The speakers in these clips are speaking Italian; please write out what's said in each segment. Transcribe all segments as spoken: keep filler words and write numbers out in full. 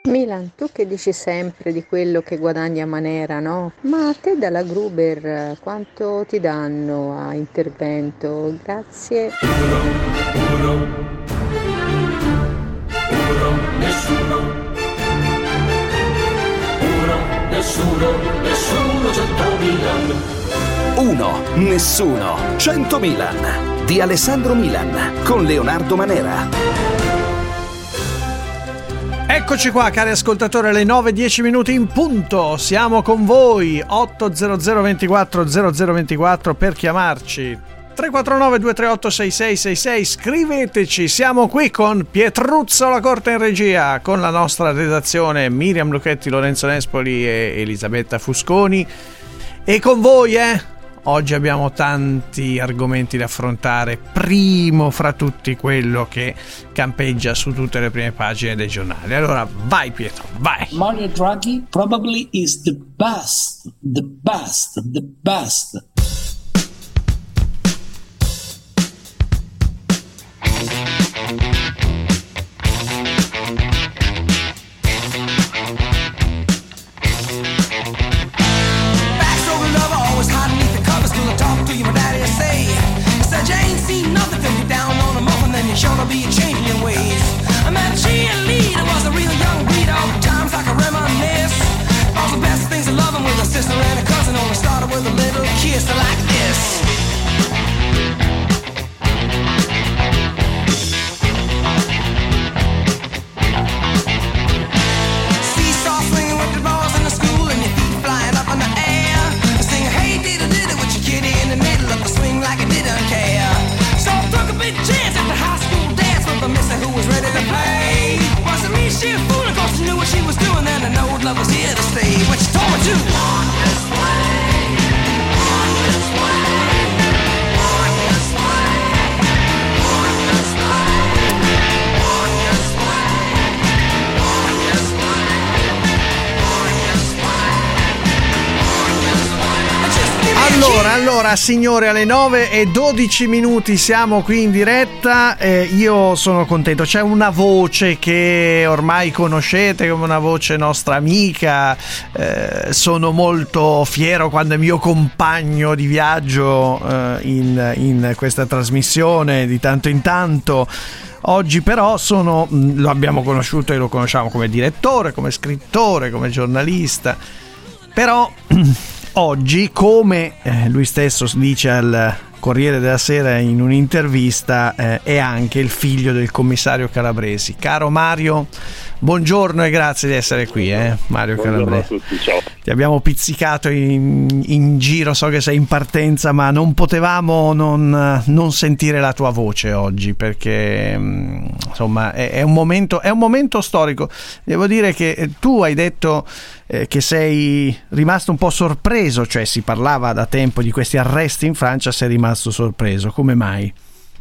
Milan, tu che dici sempre di quello che guadagni a manera, no? Ma a te dalla Gruber eh, quanto ti danno a intervento? Grazie. Uno, uno, uno, nessuno. Uno, nessuno, nessuno, cento Milan. Uno, nessuno, cento Milan di Alessandro Milan con Leonardo Manera. Eccoci qua, cari ascoltatori, alle nove e dieci minuti in punto. Siamo con voi. otto zero zero ventiquattro zero zero ventiquattro per chiamarci. tre quattro nove due tre otto sei sei sei sei. Scriveteci. Siamo qui con Pietruzzo La Corte in regia, con la nostra redazione Miriam Lucchetti, Lorenzo Nespoli e Elisabetta Fusconi. E con voi, eh? Oggi abbiamo tanti argomenti da affrontare, primo fra tutti quello che campeggia su tutte le prime pagine dei giornali. Allora vai Pietro, vai! Mario Draghi probably is the best, the best, the best. Sure to be a change in your ways. I met a cheerleader, was a real young breed. All the times I can reminisce. All the best things of loving with a sister and a cousin. Only started with a little kiss like this. Seesaw swinging with the balls in the school and your feet flying up in the air. Sing hey diddle diddle with your kitty in the middle of the swing like it didn't care. So I took a big chance at the high school dance with a mister who was ready to play. Wasn't me, she a fool, of course she knew what she was doing. And I know love was here to stay. What you told me to walk this way, walk this way, walk this way, walk this way, walk this way, walk this way, walk this way. Allora, allora signore, alle nove e dodici minuti siamo qui in diretta. eh, Io sono contento, c'è una voce che ormai conoscete come una voce nostra amica. eh, Sono molto fiero quando è mio compagno di viaggio eh, in, in questa trasmissione di tanto in tanto. Oggi però sono, lo abbiamo conosciuto e lo conosciamo come direttore, come scrittore, come giornalista. Però oggi, come eh, lui stesso dice al Corriere della Sera in un'intervista, eh, è anche il figlio del commissario Calabresi. Caro Mario, buongiorno e grazie di essere qui, eh, Mario buongiorno Calabresi. A tutti, ciao. Ti abbiamo pizzicato in, in giro, so che sei in partenza, ma non potevamo non, non sentire la tua voce oggi, perché insomma è, è un momento, è un momento storico. Devo dire che tu hai detto eh, che sei rimasto un po' sorpreso, cioè si parlava da tempo di questi arresti in Francia, sei rimasto sorpreso. Come mai?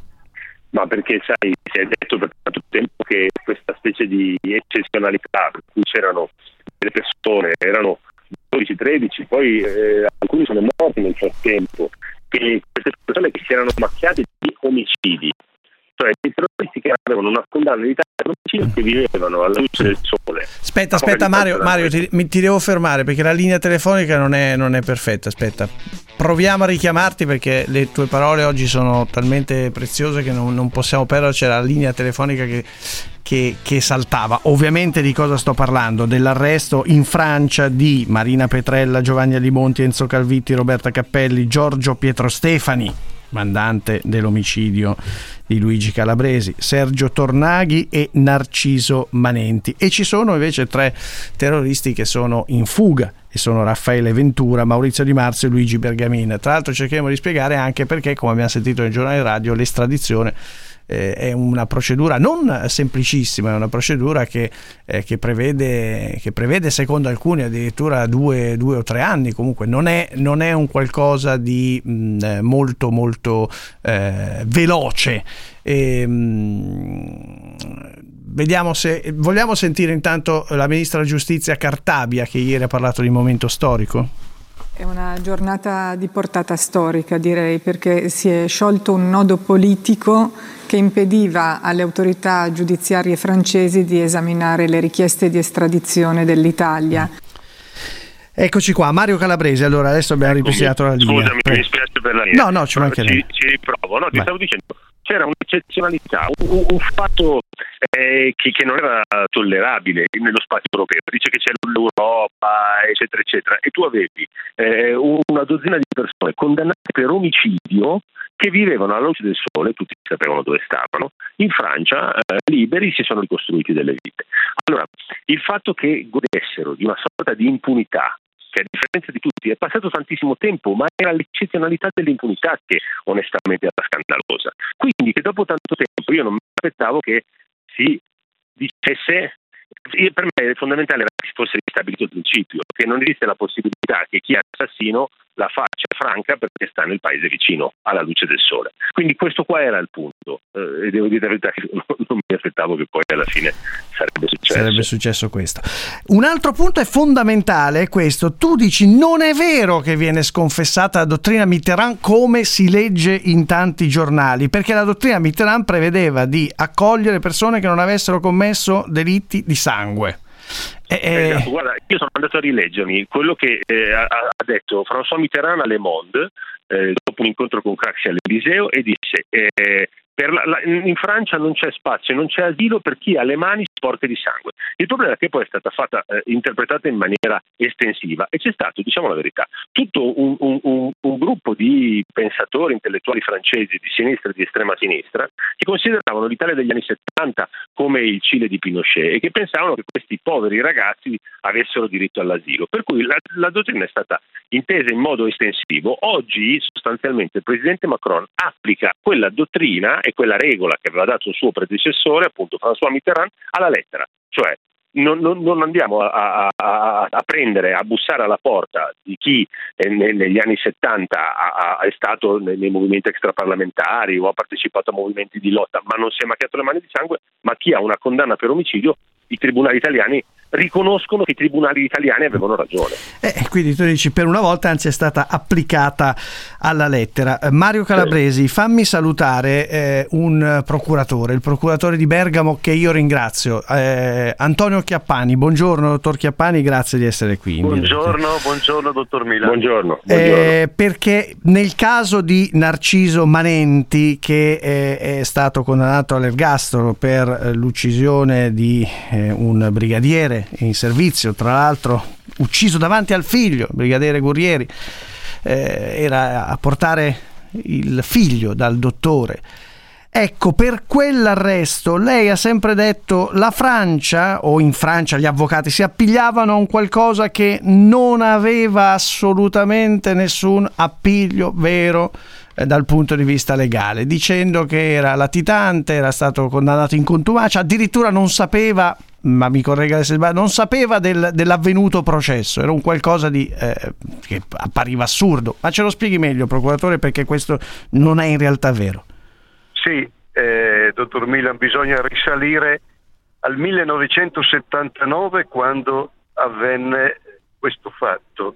Ma perché sai, si è detto per tanto tempo che questa specie di eccezionalità per cui c'erano delle persone, erano dodici tredici, poi eh, alcuni sono morti nel frattempo, che queste persone che si erano macchiate di omicidi, cioè i terroristi che avevano una condanna di tale omicidio, che vivevano alla luce del sole. Aspetta, aspetta Mario, Mario ti, mi, ti devo fermare perché la linea telefonica non è, non è perfetta, aspetta. Proviamo a richiamarti perché le tue parole oggi sono talmente preziose che non, non possiamo perderci. La linea telefonica che, che, che saltava. Ovviamente di cosa sto parlando? Dell'arresto in Francia di Marina Petrella, Giovanni Alimonti, Enzo Calvitti, Roberta Cappelli, Giorgio Pietrostefani, mandante dell'omicidio di Luigi Calabresi, Sergio Tornaghi e Narciso Manenti. E ci sono invece tre terroristi che sono in fuga, e sono Raffaele Ventura, Maurizio Di Marzio e Luigi Bergamin. Tra l'altro cercheremo di spiegare anche perché, come abbiamo sentito nel giornale radio, l'estradizione eh, è una procedura non semplicissima, è una procedura che, eh, che prevede che prevede secondo alcuni addirittura due, due o tre anni. Comunque non è, non è un qualcosa di mh, molto molto eh, veloce. E, mh, vediamo se vogliamo sentire intanto la ministra della giustizia Cartabia, che ieri ha parlato di momento storico. È una giornata di portata storica, direi, perché si è sciolto un nodo politico che impediva alle autorità giudiziarie francesi di esaminare le richieste di estradizione dell'Italia. Eccoci qua, Mario Calabresi. Allora, adesso abbiamo ripristinato la linea. Scusami, mi dispiace per la linea. No, no, ci mancherebbe. Ci, ci riprovo. No, ti stavo dicendo, c'era un'eccezionalità, un, un fatto eh, che, che non era tollerabile nello spazio europeo. Dice che c'è l'Europa, eccetera, eccetera, e tu avevi eh, una dozzina di persone condannate per omicidio che vivevano alla luce del sole, tutti sapevano dove stavano, in Francia, eh, liberi, si sono ricostruiti delle vite. Allora, il fatto che godessero di una sorta di impunità, che a differenza di tutti è passato tantissimo tempo, ma era l'eccezionalità dell'impunità che onestamente era scandalosa. Quindi che dopo tanto tempo io non mi aspettavo che si dicesse, per me è fondamentale che fosse ristabilito il principio, che non esiste la possibilità che chi è assassino la faccia franca perché sta nel paese vicino alla luce del sole. Quindi questo qua era il punto, eh, e devo dire la verità che non, non mi aspettavo che poi alla fine sarebbe successo. Sarebbe successo questo. Un altro punto è fondamentale, è questo: tu dici non è vero che viene sconfessata la dottrina Mitterrand come si legge in tanti giornali, perché la dottrina Mitterrand prevedeva di accogliere persone che non avessero commesso delitti di sangue. Eh, esatto, guarda, io sono andato a rileggermi quello che eh, ha, ha detto François Mitterrand a Le Monde eh, dopo un incontro con Craxi all'Eliseo, e disse eh, per la, la, in Francia non c'è spazio, non c'è asilo per chi ha le mani sporche di sangue. Il problema è che poi è stata fatta eh, interpretata in maniera estensiva, e c'è stato, diciamo la verità, tutto un, un, un, un gruppo di pensatori intellettuali francesi di sinistra e di estrema sinistra che consideravano l'Italia degli anni settanta come il Cile di Pinochet e che pensavano che questi poveri ragazzi avessero diritto all'asilo, per cui la, la dottrina è stata intesa in modo estensivo. Oggi sostanzialmente il presidente Macron applica quella dottrina e quella regola che aveva dato il suo predecessore, appunto François Mitterrand, alla lettera, cioè non, non, non andiamo a, a, a prendere, a bussare alla porta di chi eh, negli anni settanta ha, ha, è stato nei, nei movimenti extraparlamentari o ha partecipato a movimenti di lotta ma non si è macchiato le mani di sangue, ma chi ha una condanna per omicidio. I tribunali italiani riconoscono che i tribunali italiani avevano ragione. Eh, quindi tu dici per una volta anzi è stata applicata alla lettera. Eh, Mario Calabresi, fammi salutare eh, un procuratore, il procuratore di Bergamo, che io ringrazio, eh, Antonio Chiappani. Buongiorno dottor Chiappani, grazie di essere qui. Buongiorno, buongiorno dottor Milan. Buongiorno. buongiorno. Eh, perché nel caso di Narciso Manenti, che eh, è stato condannato all'ergastolo per eh, l'uccisione di eh, un brigadiere in servizio, tra l'altro ucciso davanti al figlio, il brigadiere Guerrieri, eh, era a portare il figlio dal dottore. Ecco, per quell'arresto lei ha sempre detto la Francia, o in Francia gli avvocati si appigliavano a un qualcosa che non aveva assolutamente nessun appiglio vero eh, dal punto di vista legale, dicendo che era latitante, era stato condannato in contumacia, addirittura non sapeva, ma mi corregga se sbaglio, non sapeva del, dell'avvenuto processo, era un qualcosa di eh, che appariva assurdo. Ma ce lo spieghi meglio, procuratore, perché questo non è in realtà vero. Sì, eh, dottor Milan, bisogna risalire al millenovecentosettantanove quando avvenne questo fatto.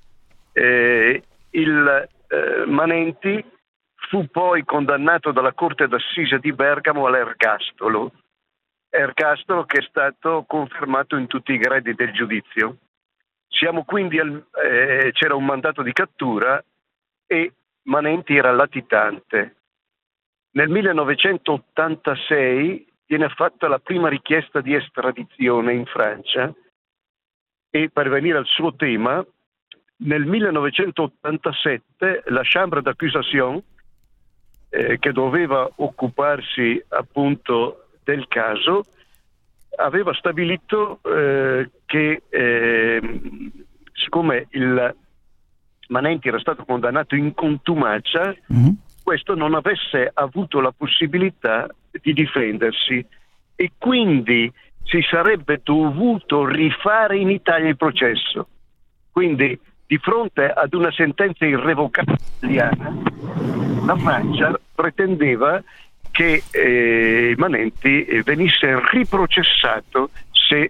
Eh, il eh, Manenti fu poi condannato dalla Corte d'Assise di Bergamo all'ergastolo, ergastolo che è stato confermato in tutti i gradi del giudizio. Siamo quindi al, eh, c'era un mandato di cattura e Manenti era latitante. Nel millenovecentottantasei viene fatta la prima richiesta di estradizione in Francia e, per venire al suo tema, nel millenovecentottantasette la Chambre d'accusation, eh, che doveva occuparsi appunto del caso, aveva stabilito eh, che eh, siccome il Manenti era stato condannato in contumacia, mm-hmm. questo non avesse avuto la possibilità di difendersi e quindi si sarebbe dovuto rifare in Italia il processo. Quindi di fronte ad una sentenza irrevocabile italiana, la Francia pretendeva che eh, Manenti venisse riprocessato se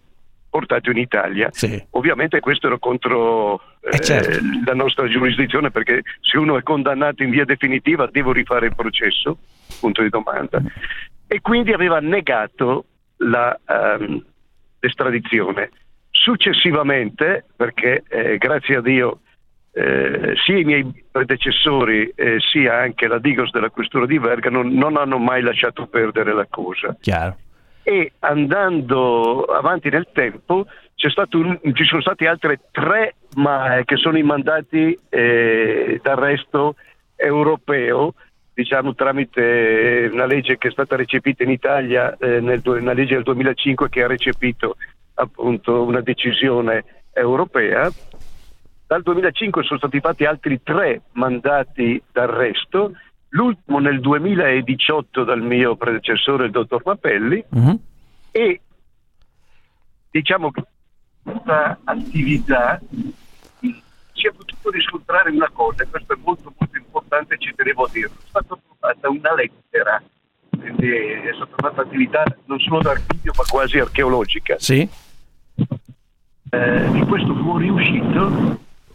portato in Italia. Sì. Ovviamente questo era contro eh, Eh, certo. la nostra giurisdizione, perché se uno è condannato in via definitiva devo rifare il processo, punto di domanda. E quindi aveva negato la, um, l'estradizione. Successivamente, perché eh, grazie a Dio eh, sia i miei predecessori eh, sia anche la Digos della Questura di Verga non, non hanno mai lasciato perdere la cosa. Chiaro. E andando avanti nel tempo c'è stato un, ci sono stati altri tre ma, che sono i mandati eh, d'arresto europeo, diciamo tramite una legge che è stata recepita in Italia, eh, nel, una legge del duemilacinque che ha recepito appunto una decisione europea. Dal duemilacinque sono stati fatti altri tre mandati d'arresto, l'ultimo nel duemiladiciotto dal mio predecessore, il dottor Papelli, mm-hmm. e diciamo che questa attività si è potuto riscontrare una cosa, e questo è molto molto importante, ci tenevo a dirlo. È stata trovata una lettera, quindi è stata fatta attività non solo d'archivio ma quasi archeologica. Sì. Eh, di questo fuoriuscito.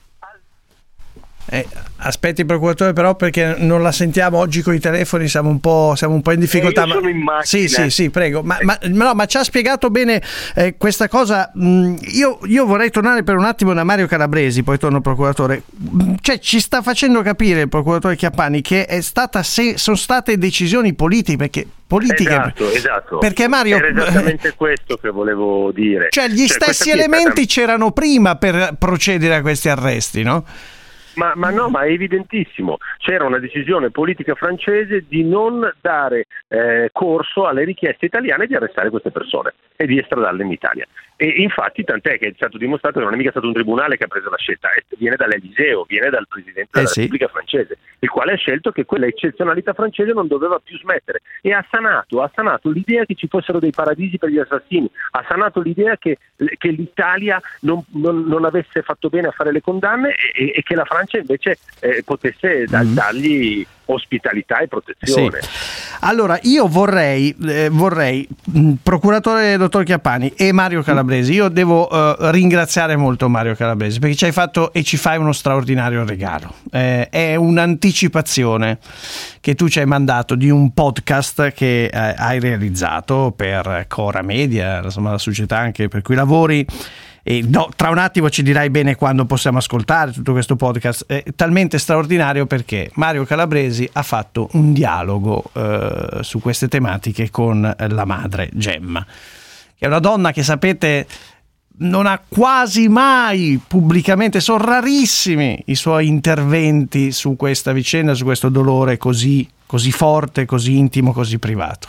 Eh, aspetti procuratore però, perché non la sentiamo oggi con i telefoni, siamo un po', siamo un po' in difficoltà. Eh, io sono in macchina. Sì, sì, sì, prego. Ma, ma, no, ma ci ha spiegato bene eh, questa cosa. Mm, io, io vorrei tornare per un attimo da Mario Calabresi, poi torno al procuratore. Cioè, ci sta facendo capire il procuratore Chiappani che è stata se, sono state decisioni politiche, perché politiche. Esatto, esatto. Perché Mario, era esattamente questo che volevo dire. Cioè, gli cioè, stessi elementi stata... c'erano prima per procedere a questi arresti, no? Ma, ma no, ma è evidentissimo. C'era una decisione politica francese di non dare eh, corso alle richieste italiane di arrestare queste persone e di estradarle in Italia. E infatti tant'è che è stato dimostrato che non è mica stato un tribunale che ha preso la scelta, viene dall'Eliseo, viene dal Presidente della eh sì. Repubblica francese, il quale ha scelto che quella eccezionalità francese non doveva più smettere e ha sanato, ha sanato l'idea che ci fossero dei paradisi per gli assassini, ha sanato l'idea che, che l'Italia non, non, non avesse fatto bene a fare le condanne e, e che la Francia invece eh, potesse mm. dargli ospitalità e protezione. Sì. Allora io vorrei eh, vorrei mh, procuratore dottor Chiappani e Mario Calabresi, io devo uh, ringraziare molto Mario Calabresi perché ci hai fatto e ci fai uno straordinario regalo. Eh, è un'anticipazione che tu ci hai mandato di un podcast che eh, hai realizzato per Cora Media, insomma la società anche per cui lavori. E no, tra un attimo ci dirai bene quando possiamo ascoltare tutto questo podcast. È talmente straordinario perché Mario Calabresi ha fatto un dialogo eh, su queste tematiche con la madre Gemma, che è una donna che sapete non ha quasi mai pubblicamente, sono rarissimi i suoi interventi su questa vicenda, su questo dolore così, così forte, così intimo, così privato.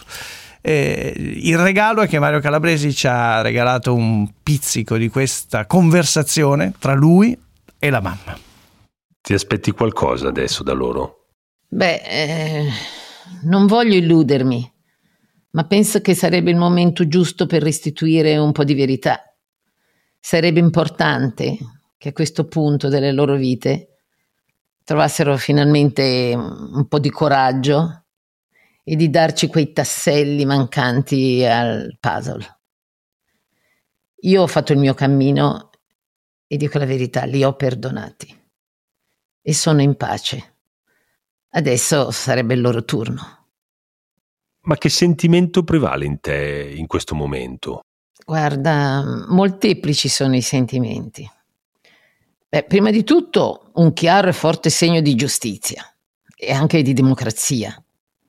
Eh, il regalo è che Mario Calabresi ci ha regalato un pizzico di questa conversazione tra lui e la mamma. Ti aspetti qualcosa adesso da loro? Beh, eh, non voglio illudermi, ma penso che sarebbe il momento giusto per restituire un po' di verità. Sarebbe importante che a questo punto delle loro vite trovassero finalmente un po' di coraggio e di darci quei tasselli mancanti al puzzle. Io ho fatto il mio cammino e dico la verità, li ho perdonati e sono in pace. Adesso sarebbe il loro turno. Ma che sentimento prevale in te in questo momento? Guarda, molteplici sono i sentimenti. Beh, prima di tutto un chiaro e forte segno di giustizia e anche di democrazia.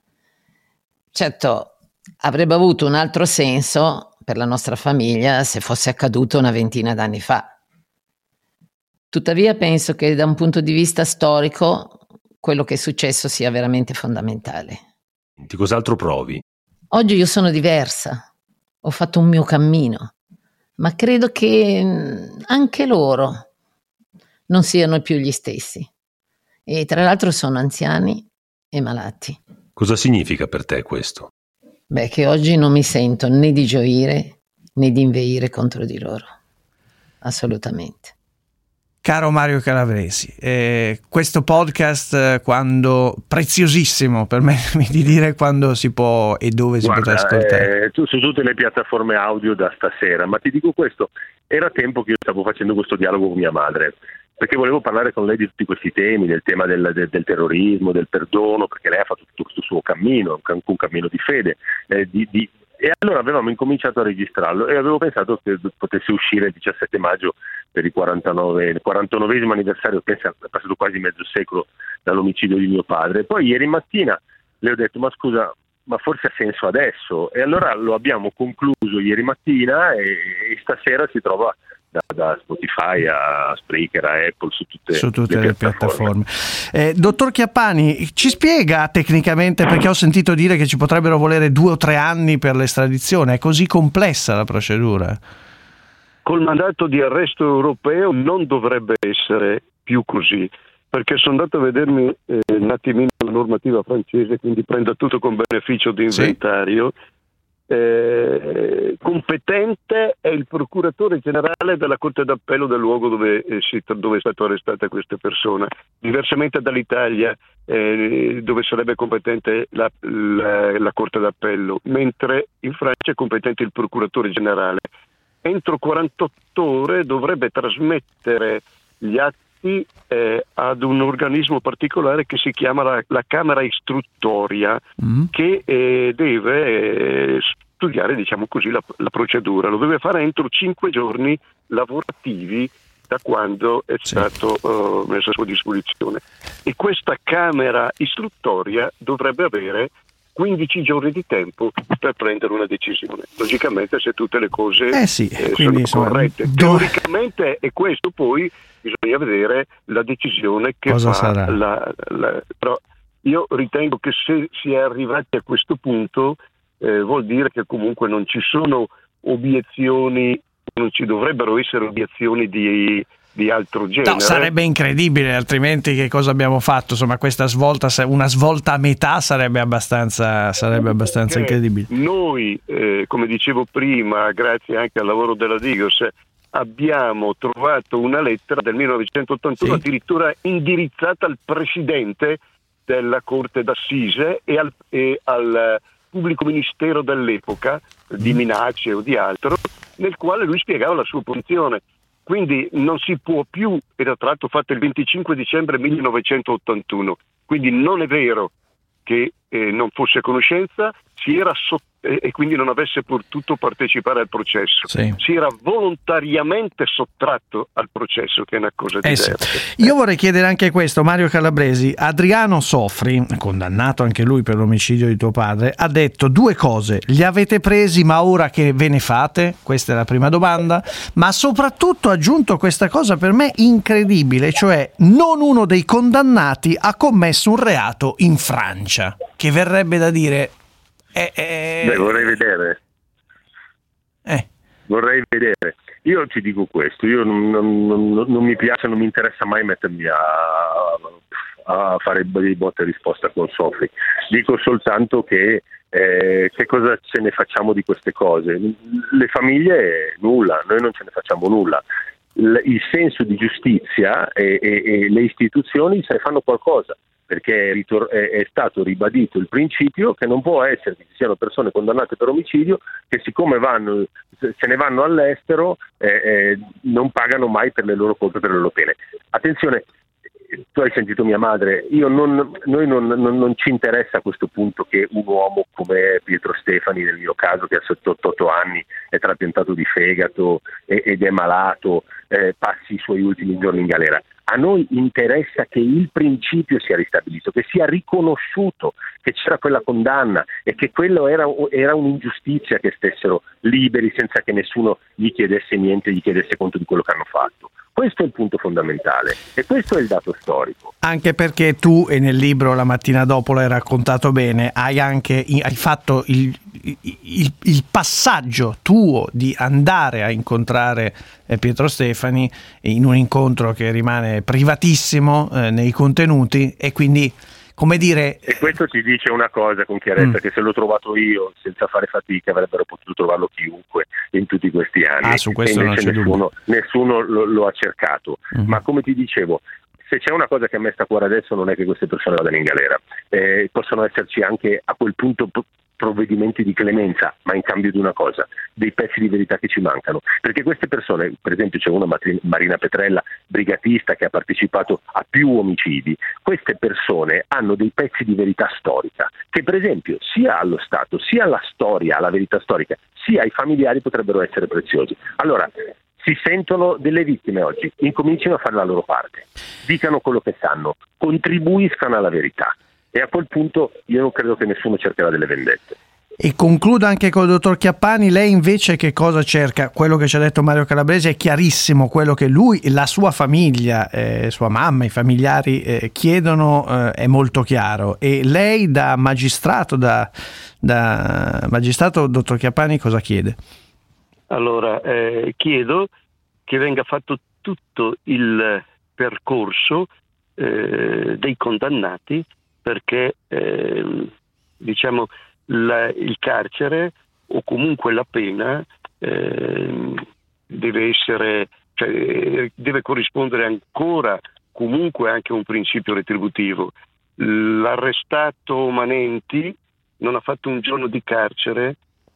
Certo, avrebbe avuto un altro senso per la nostra famiglia se fosse accaduto una ventina d'anni fa. Tuttavia penso che da un punto di vista storico quello che è successo sia veramente fondamentale. Di cos'altro provi? Oggi io sono diversa, ho fatto un mio cammino, ma credo che anche loro non siano più gli stessi. E tra l'altro sono anziani e malati. Cosa significa per te questo? Beh, che oggi non mi sento né di gioire né di inveire contro di loro. Assolutamente. Caro Mario Calabresi, eh, questo podcast eh, quando preziosissimo, permettimi di dire quando si può e dove si Guarda, potrà ascoltare. Eh, tu, su tutte le piattaforme audio da stasera, ma ti dico questo, era tempo che io stavo facendo questo dialogo con mia madre, perché volevo parlare con lei di tutti questi temi, del tema del, del, del terrorismo, del perdono, perché lei ha fatto tutto questo suo cammino, un cammino di fede, eh, di, di E allora avevamo incominciato a registrarlo e avevo pensato che potesse uscire il diciassette maggio per il quarantanove, quarantanovesimo anniversario, pensa, è passato quasi mezzo secolo dall'omicidio di mio padre. Poi ieri mattina le ho detto, ma scusa, ma forse ha senso adesso? E allora lo abbiamo concluso ieri mattina e, e stasera si trova da, da Spotify a Spreaker a Apple su tutte, su tutte le, le piattaforme, piattaforme. Eh, dottor Chiappani, ci spiega tecnicamente, perché ho sentito dire che ci potrebbero volere due o tre anni per l'estradizione, è così complessa la procedura? Col mandato di arresto europeo non dovrebbe essere più così, perché sono andato a vedermi eh, un attimino la normativa francese, quindi prendo tutto con beneficio di inventario. Sì. Eh, competente è il procuratore generale della Corte d'Appello del luogo dove, eh, si, dove è stata arrestata questa persona, diversamente dall'Italia eh, dove sarebbe competente la, la, la Corte d'Appello, mentre in Francia è competente il procuratore generale. Entro quarantotto ore dovrebbe trasmettere gli atti eh, ad un organismo particolare che si chiama la, la Camera Istruttoria, mm. che eh, deve eh, studiare, diciamo così, la, la procedura. Lo deve fare entro cinque giorni lavorativi da quando è sì. stato uh, messo a sua disposizione. E questa Camera Istruttoria dovrebbe avere quindici giorni di tempo per prendere una decisione. Logicamente, se tutte le cose eh sì, eh, quindi, sono corrette. Do... Teoricamente è questo, poi bisogna vedere la decisione che cosa fa sarà. La, la, però io ritengo che se si è arrivati a questo punto eh, vuol dire che comunque non ci sono obiezioni, non ci dovrebbero essere obiezioni di di altro genere. No, sarebbe incredibile, altrimenti che cosa abbiamo fatto? Insomma, questa svolta, una svolta a metà sarebbe abbastanza, sarebbe abbastanza incredibile. Noi, eh, come dicevo prima, grazie anche al lavoro della Digos, abbiamo trovato una lettera del millenovecentottantuno, sì. addirittura indirizzata al presidente della Corte d'Assise e al, e al pubblico ministero dell'epoca, di minacce o di altro, nel quale lui spiegava la sua posizione. Quindi non si può più, era tra l'altro fatto il venticinque dicembre millenovecentottantuno, quindi non è vero che eh, non fosse a conoscenza, si era sotto, eh, e quindi non avesse potuto partecipare al processo. Sì. Si era volontariamente sottratto al processo, che è una cosa diversa. Eh sì. Io vorrei chiedere anche questo, Mario Calabresi. Adriano Sofri, condannato anche lui per l'omicidio di tuo padre, ha detto due cose: li avete presi, ma ora che ve ne fate? Questa è la prima domanda, ma soprattutto ha aggiunto questa cosa per me incredibile, cioè non uno dei condannati ha commesso un reato in Francia, che verrebbe da dire eh, eh... Beh, vorrei vedere eh. vorrei vedere io ti dico questo, io non, non, non, non mi piace, non mi interessa mai mettermi a, a fare dei botte e risposta con Sofri. Dico soltanto che eh, che cosa ce ne facciamo di queste cose? Le famiglie nulla, noi non ce ne facciamo nulla. Il senso di giustizia e, e, e le istituzioni se ne fanno qualcosa, perché è stato ribadito il principio che non può essere che ci siano persone condannate per omicidio che, siccome vanno, se ne vanno all'estero, eh, eh, non pagano mai per le loro colpe, per le loro pene. Attenzione, tu hai sentito mia madre, io non, noi non, non, non ci interessa a questo punto che un uomo come Pietro Stefani, nel mio caso, che ha settantotto anni, è trapiantato di fegato ed è malato, eh, passi i suoi ultimi giorni in galera. A noi interessa che il principio sia ristabilito, che sia riconosciuto che c'era quella condanna e che quello era, era un'ingiustizia che stessero liberi senza che nessuno gli chiedesse niente, gli chiedesse conto di quello che hanno fatto. Questo è il punto fondamentale e questo è il dato storico. Anche perché tu, e nel libro La mattina dopo l'hai raccontato bene, hai anche hai fatto il, il, il passaggio tuo di andare a incontrare Pietro Stefani in un incontro che rimane privatissimo eh, nei contenuti, e quindi come dire... E questo ti dice una cosa con chiarezza, Mm. che se l'ho trovato io senza fare fatica avrebbero potuto trovarlo chiunque in tutti questi anni. Ah, su questo e non invece c'è nessuno, nessuno lo, lo ha cercato. Mm. Ma come ti dicevo, se c'è una cosa che a me sta a cuore adesso non è che queste persone vadano in galera, eh, possono esserci anche a quel punto p- provvedimenti di clemenza, ma in cambio di una cosa, dei pezzi di verità che ci mancano, perché queste persone, per esempio c'è una Matri- Marina Petrella, brigatista che ha partecipato a più omicidi, queste persone hanno dei pezzi di verità storica che per esempio sia allo Stato, sia alla storia, alla verità storica, sia ai familiari potrebbero essere preziosi. Allora, si sentono delle vittime oggi, incomincino a fare la loro parte, dicano quello che sanno, contribuiscano alla verità e a quel punto io non credo che nessuno cercherà delle vendette. E concludo anche col dottor Chiappani. Lei invece che cosa cerca? Quello che ci ha detto Mario Calabresi è chiarissimo, quello che lui, la sua famiglia, eh, sua mamma, i familiari eh, chiedono eh, è molto chiaro. E lei da magistrato, da, da magistrato, dottor Chiappani, cosa chiede? Allora, eh, chiedo che venga fatto tutto il percorso eh, dei condannati, perché eh, diciamo la, il carcere o comunque la pena eh, deve essere, cioè, deve corrispondere ancora comunque anche a un principio retributivo. L'arrestato Manenti non ha fatto un giorno di carcere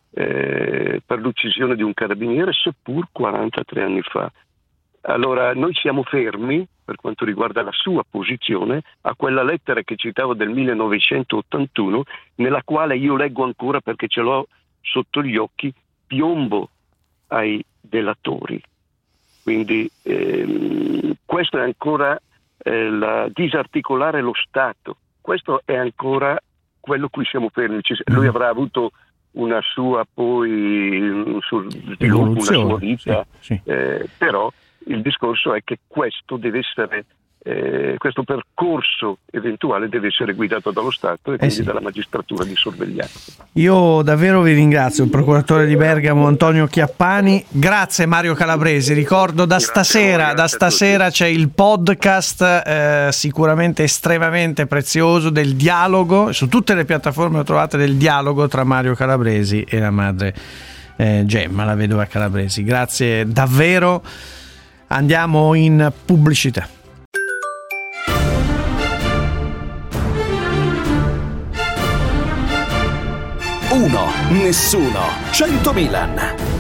Eh, per l'uccisione di un carabiniere, seppur quarantatré anni fa. Allora noi siamo fermi per quanto riguarda la sua posizione a quella lettera che citavo del millenovecentottantuno, nella quale io leggo ancora, perché ce l'ho sotto gli occhi, piombo ai delatori. Quindi ehm, questo è ancora eh, la disarticolare lo Stato, questo è ancora quello cui siamo fermi. Ci, lui avrà avuto una sua poi un suo sviluppo, una sua vita, sì, sì. Eh, però il discorso è che questo deve essere eh, questo percorso eventuale deve essere guidato dallo Stato e quindi sì. dalla magistratura di sorveglianza. Io davvero vi ringrazio, il procuratore di Bergamo Antonio Chiappani. Grazie Mario Calabresi. Ricordo da Grazie stasera, a voi, da grazie a stasera c'è il podcast eh, sicuramente estremamente prezioso del dialogo, su tutte le piattaforme lo trovate, del dialogo tra Mario Calabresi e la madre eh, Gemma, la vedova Calabresi. Grazie davvero. Andiamo in pubblicità. Uno, nessuno, cento Milan.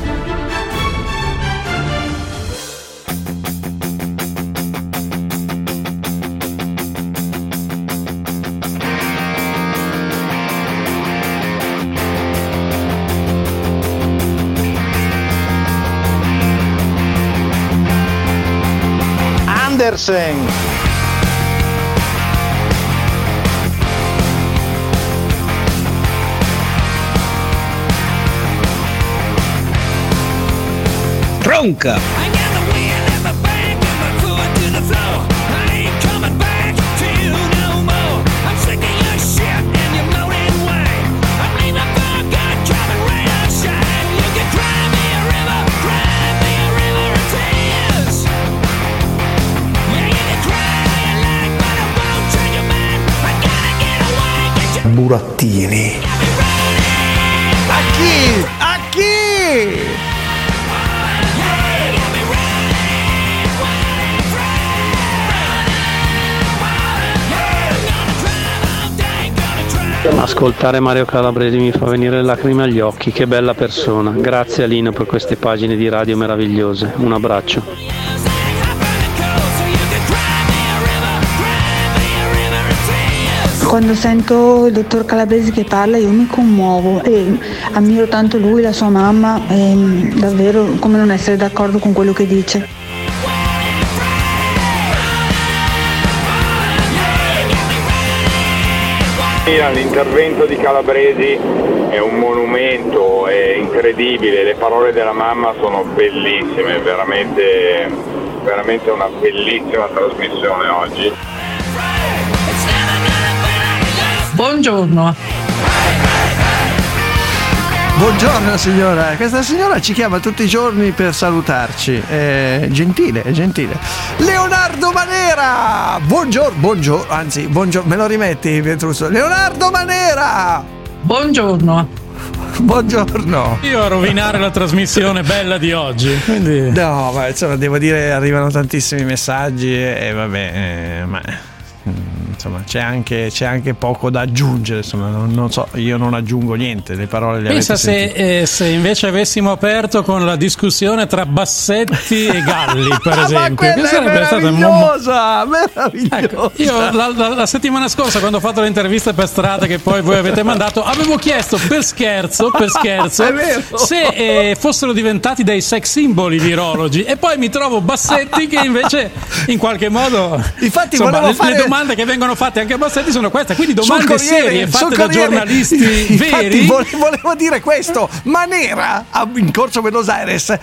Andersen. Tronca. Burattini. A chi? A chi? Ascoltare Mario Calabresi mi fa venire le lacrime agli occhi, che bella persona. Grazie Alino per queste pagine di radio meravigliose. Un abbraccio. Quando sento il dottor Calabresi che parla io mi commuovo e ammiro tanto lui, la sua mamma, e davvero come non essere d'accordo con quello che dice. L'intervento di Calabresi è un monumento, è incredibile, le parole della mamma sono bellissime, veramente, veramente una bellissima trasmissione oggi. Buongiorno. Buongiorno signora, questa signora ci chiama tutti i giorni per salutarci, è gentile, è gentile. Leonardo Leonardo Manera! Buongiorno, buongiorno, anzi, buongiorno, me lo rimetti, Pietruccio? Leonardo Manera! Buongiorno. Buongiorno. Io a rovinare la trasmissione bella di oggi. Quindi... No, ma insomma, devo dire, arrivano tantissimi messaggi e, e vabbè, eh, ma insomma c'è anche, c'è anche poco da aggiungere, insomma, non, non so, io non aggiungo niente, le parole le Pensa avete sentite. se, eh, se invece avessimo aperto con la discussione tra Bassetti e Galli, per esempio. Ma quella è meravigliosa, meravigliosa. Ecco, io la, la, la settimana scorsa, quando ho fatto le interviste per strada che poi voi avete mandato, avevo chiesto per scherzo, per scherzo se eh, fossero diventati dei sex symbol i virologi, e poi mi trovo Bassetti che invece in qualche modo, infatti, insomma, volevo le, fare... le domande che vengono fatte anche a Bassetti sono queste, quindi domande Corriere, serie fatte da Corriere, giornalisti infatti, veri. Volevo dire questo: Manera in Corso Buenos Aires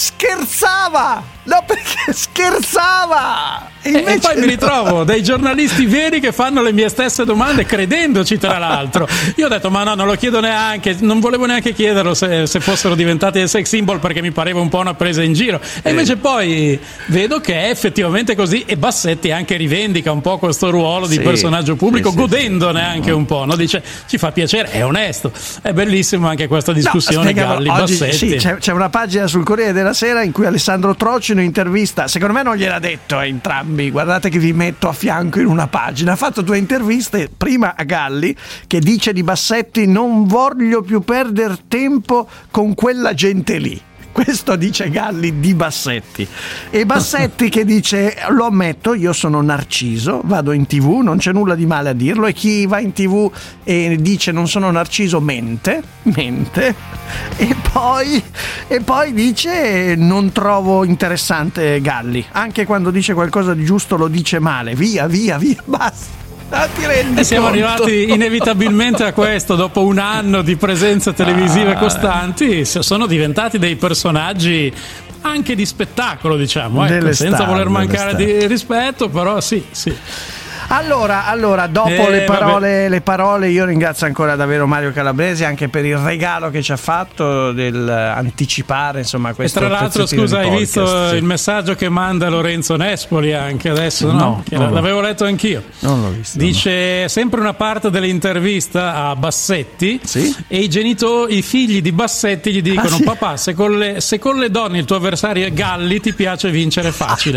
scherzava, no, perché scherzava, e, invece... e poi mi ritrovo dei giornalisti veri che fanno le mie stesse domande, credendoci, tra l'altro. Io ho detto ma no, non lo chiedo neanche, non volevo neanche chiederlo se, se fossero diventati dei sex symbol, perché mi pareva un po' una presa in giro, e invece poi vedo che è effettivamente così, e Bassetti anche rivendica un po' questo ruolo di sì, personaggio pubblico, sì, godendone sì, anche un po', no? Dice ci fa piacere, è onesto, è bellissimo anche questa discussione. No, Galli oggi, Bassetti. sì, c'è, c'è una pagina sul Corriere della Sera in cui Alessandro Trocino intervista, secondo me non gliel'ha detto a entrambi, guardate che vi metto a fianco in una pagina, ha fatto due interviste, prima a Galli che dice di Bassetti: non voglio più perdere tempo con quella gente lì. Questo dice Galli di Bassetti, e Bassetti che dice: lo ammetto, io sono Narciso, vado in tv, non c'è nulla di male a dirlo, e chi va in tv e dice non sono Narciso mente, mente. E poi, e poi dice: non trovo interessante Galli, anche quando dice qualcosa di giusto lo dice male, via via via, basta. Ah, ti rendi e siamo conto? arrivati inevitabilmente a questo, dopo un anno di presenze televisive ah. costanti, sono diventati dei personaggi anche di spettacolo, diciamo, ecco, senza star, voler mancare star. di rispetto, però sì, sì. Allora, allora, dopo eh, le, parole, le parole, io ringrazio ancora davvero Mario Calabresi anche per il regalo che ci ha fatto del anticipare, insomma, questo. E tra l'altro, scusa, hai podcast, visto sì. il messaggio che manda Lorenzo Nespoli anche adesso, no? No, Che non l'avevo letto anch'io. Non l'ho visto. Dice no. Sempre una parte dell'intervista a Bassetti, sì? E i genitori, i figli di Bassetti gli dicono: ah, sì? papà, se con, le, se con le donne il tuo avversario è Galli, ti piace vincere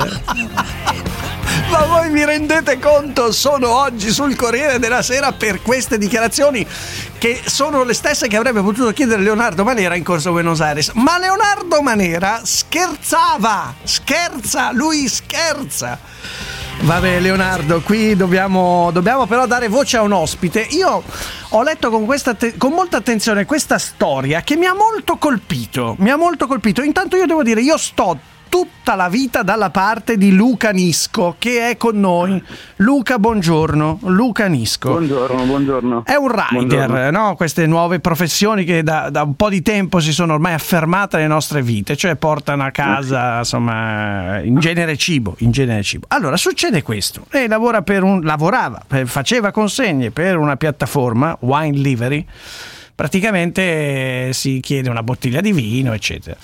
facile. Ma voi vi rendete conto? Sono oggi sul Corriere della Sera per queste dichiarazioni che sono le stesse che avrebbe potuto chiedere Leonardo Manera in Corso Buenos Aires. Ma Leonardo Manera scherzava, scherza, lui scherza. Vabbè, Leonardo, qui dobbiamo, dobbiamo però dare voce a un ospite. Io ho letto con, questa te- con molta attenzione questa storia che mi ha molto colpito, mi ha molto colpito. Intanto io devo dire, io sto tutta la vita dalla parte di Luca Nisco, che è con noi. Luca, buongiorno. Luca Nisco. Buongiorno, buongiorno. È un rider, buongiorno. No? Queste nuove professioni che da, da un po' di tempo si sono ormai affermate nelle nostre vite, cioè portano a casa, insomma, in genere cibo, in genere cibo. Allora, succede questo. Lei lavora per un, lavorava, per, faceva consegne per una piattaforma, Wine Livery. Praticamente si chiede una bottiglia di vino, eccetera.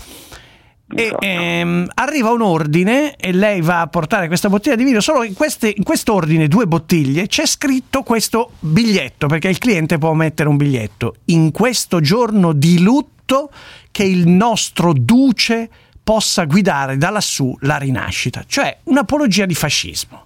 E ehm, arriva un ordine e lei va a portare questa bottiglia di vino, solo in, queste, in questo ordine, due bottiglie, c'è scritto questo biglietto, perché il cliente può mettere un biglietto: in questo giorno di lutto che il nostro duce possa guidare da lassù la rinascita, cioè un'apologia di fascismo.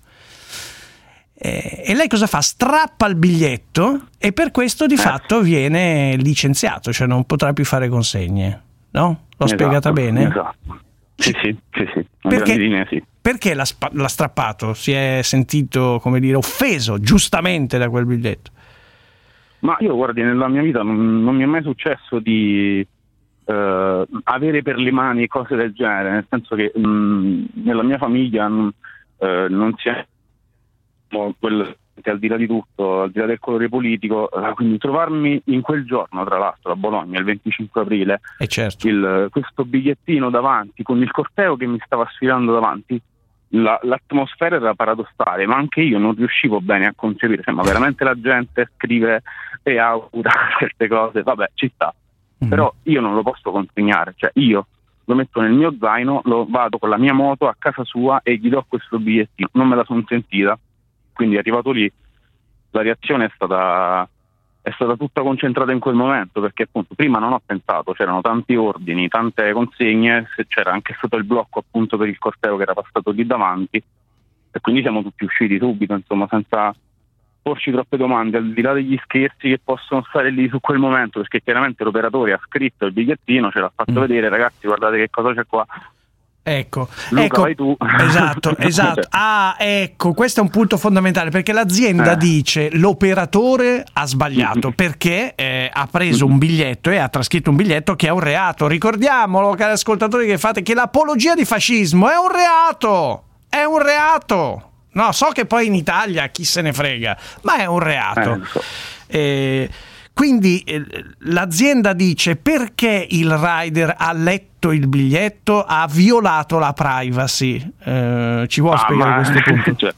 Eh, e lei cosa fa? Strappa il biglietto e per questo di fatto viene licenziato, cioè non potrà più fare consegne, no? L'ho esatto, spiegata bene? Esatto. Sì, sì, sì, sì. Perché, linea, sì. Perché l'ha, l'ha strappato? Si è sentito, come dire, offeso giustamente da quel biglietto? Ma io, guardi, nella mia vita non, non mi è mai successo di eh, avere per le mani cose del genere, nel senso che mh, nella mia famiglia mh, eh, non si è quel che al di là di tutto, al di là del colore politico, eh, quindi trovarmi in quel giorno, tra l'altro a Bologna, il venticinque aprile, e certo. il, questo bigliettino davanti con il corteo che mi stava sfilando davanti, la, l'atmosfera era paradossale, ma anche io non riuscivo bene a concepire, cioè, ma veramente la gente scrive e augura queste cose, vabbè, ci sta, mm-hmm. Però io non lo posso consegnare, cioè io lo metto nel mio zaino, lo vado con la mia moto a casa sua e gli do questo bigliettino. Non me la sono sentita, quindi arrivato lì la reazione è stata è stata tutta concentrata in quel momento, perché appunto prima non ho pensato, c'erano tanti ordini, tante consegne, c'era anche stato il blocco appunto per il corteo che era passato lì davanti, e quindi siamo tutti usciti subito, insomma, senza porci troppe domande, al di là degli scherzi che possono stare lì su quel momento, perché chiaramente l'operatore ha scritto il bigliettino, ce l'ha fatto mm. vedere, ragazzi guardate che cosa c'è qua. Ecco, Luca, ecco, vai tu. esatto, esatto. Ah, ecco, questo è un punto fondamentale, perché l'azienda eh. dice l'operatore ha sbagliato perché eh, ha preso un biglietto e ha trascritto un biglietto che è un reato. Ricordiamolo, cari ascoltatori che fate, che l'apologia di fascismo è un reato, è un reato. No, so che poi in Italia chi se ne frega, ma è un reato. Eh, so. eh, Quindi eh, l'azienda dice perché il rider ha letto il biglietto, ha violato la privacy. Eh, ci vuoi ah, spiegare ma, questo punto? Cioè,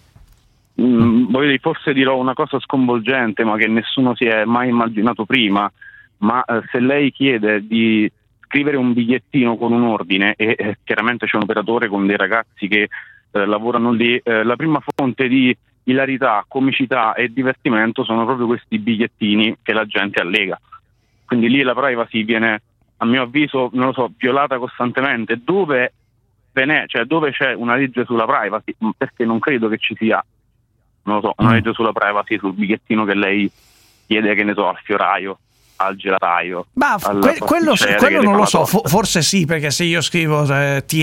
mh, voglio dire, forse dirò una cosa sconvolgente, ma che nessuno si è mai immaginato prima, ma eh, se lei chiede di scrivere un bigliettino con un ordine e eh, chiaramente c'è un operatore con dei ragazzi che eh, lavorano lì, eh, la prima fonte di ilarità, comicità e divertimento sono proprio questi bigliettini che la gente allega. Quindi lì la privacy viene, a mio avviso, non lo so, violata costantemente. Dove ve n'è, cioè dove c'è una legge sulla privacy? Perché non credo che ci sia, non lo so, una legge sulla privacy sul bigliettino che lei chiede, che ne so, al fioraio, al gelataio. Ma que- quello, quello non lo so, for- forse sì, perché se io scrivo eh, ti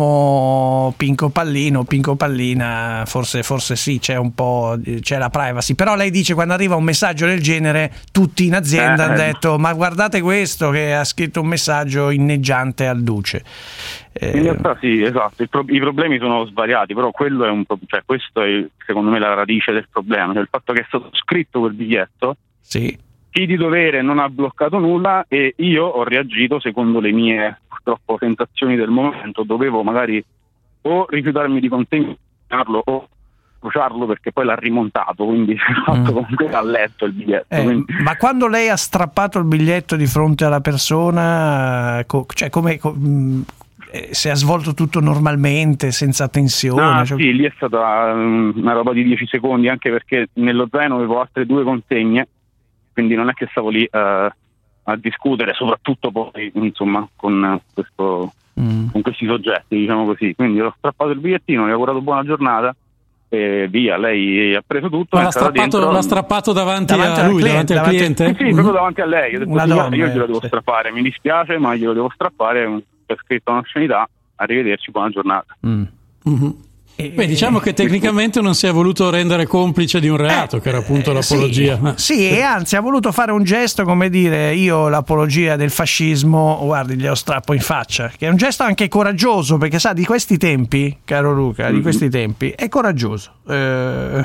amo Pinco Pallino, Pinco Pallina, forse, forse sì, c'è un po', c'è la privacy. Però lei dice, quando arriva un messaggio del genere, tutti in azienda eh, hanno detto ma guardate questo che ha scritto un messaggio inneggiante al duce. Eh, in realtà sì, esatto, il pro- i problemi sono svariati, però quello è un pro- cioè questo è secondo me la radice del problema, cioè il fatto che è stato scritto quel biglietto. Sì. Chi di dovere non ha bloccato nulla e io ho reagito secondo le mie purtroppo sensazioni del momento. Dovevo magari o rifiutarmi di consegnarlo o bruciarlo, perché poi l'ha rimontato, quindi il fatto comunque ha letto il biglietto. Eh, ma quando lei ha strappato il biglietto di fronte alla persona, co- cioè come co- eh, si è svolto tutto normalmente, senza tensione? Ah, cioè... Sì, lì è stata um, una roba di dieci secondi, anche perché nello zaino avevo altre due consegne, quindi non è che stavo lì uh, a discutere, soprattutto poi insomma con, questo, mm. con questi soggetti, diciamo così. Quindi ho strappato il bigliettino, gli ho augurato buona giornata e via, lei ha preso tutto. Ma l'ha strappato, l'ha strappato davanti, davanti a lui, cliente, davanti al davanti cliente? Sì, sì, proprio davanti a lei. Ho detto, Madonna, io glielo devo sì. strappare, mi dispiace ma glielo devo strappare, c'è scritto un'oscenità, arrivederci, buona giornata. Mm. Mm-hmm. Beh, diciamo che tecnicamente non si è voluto rendere complice di un reato, eh, che era appunto l'apologia. Sì, sì, e anzi ha voluto fare un gesto, come dire, io l'apologia del fascismo, guardi, glielo strappo in faccia, che è un gesto anche coraggioso, perché sa, di questi tempi, caro Luca, di questi tempi, è coraggioso. Eh,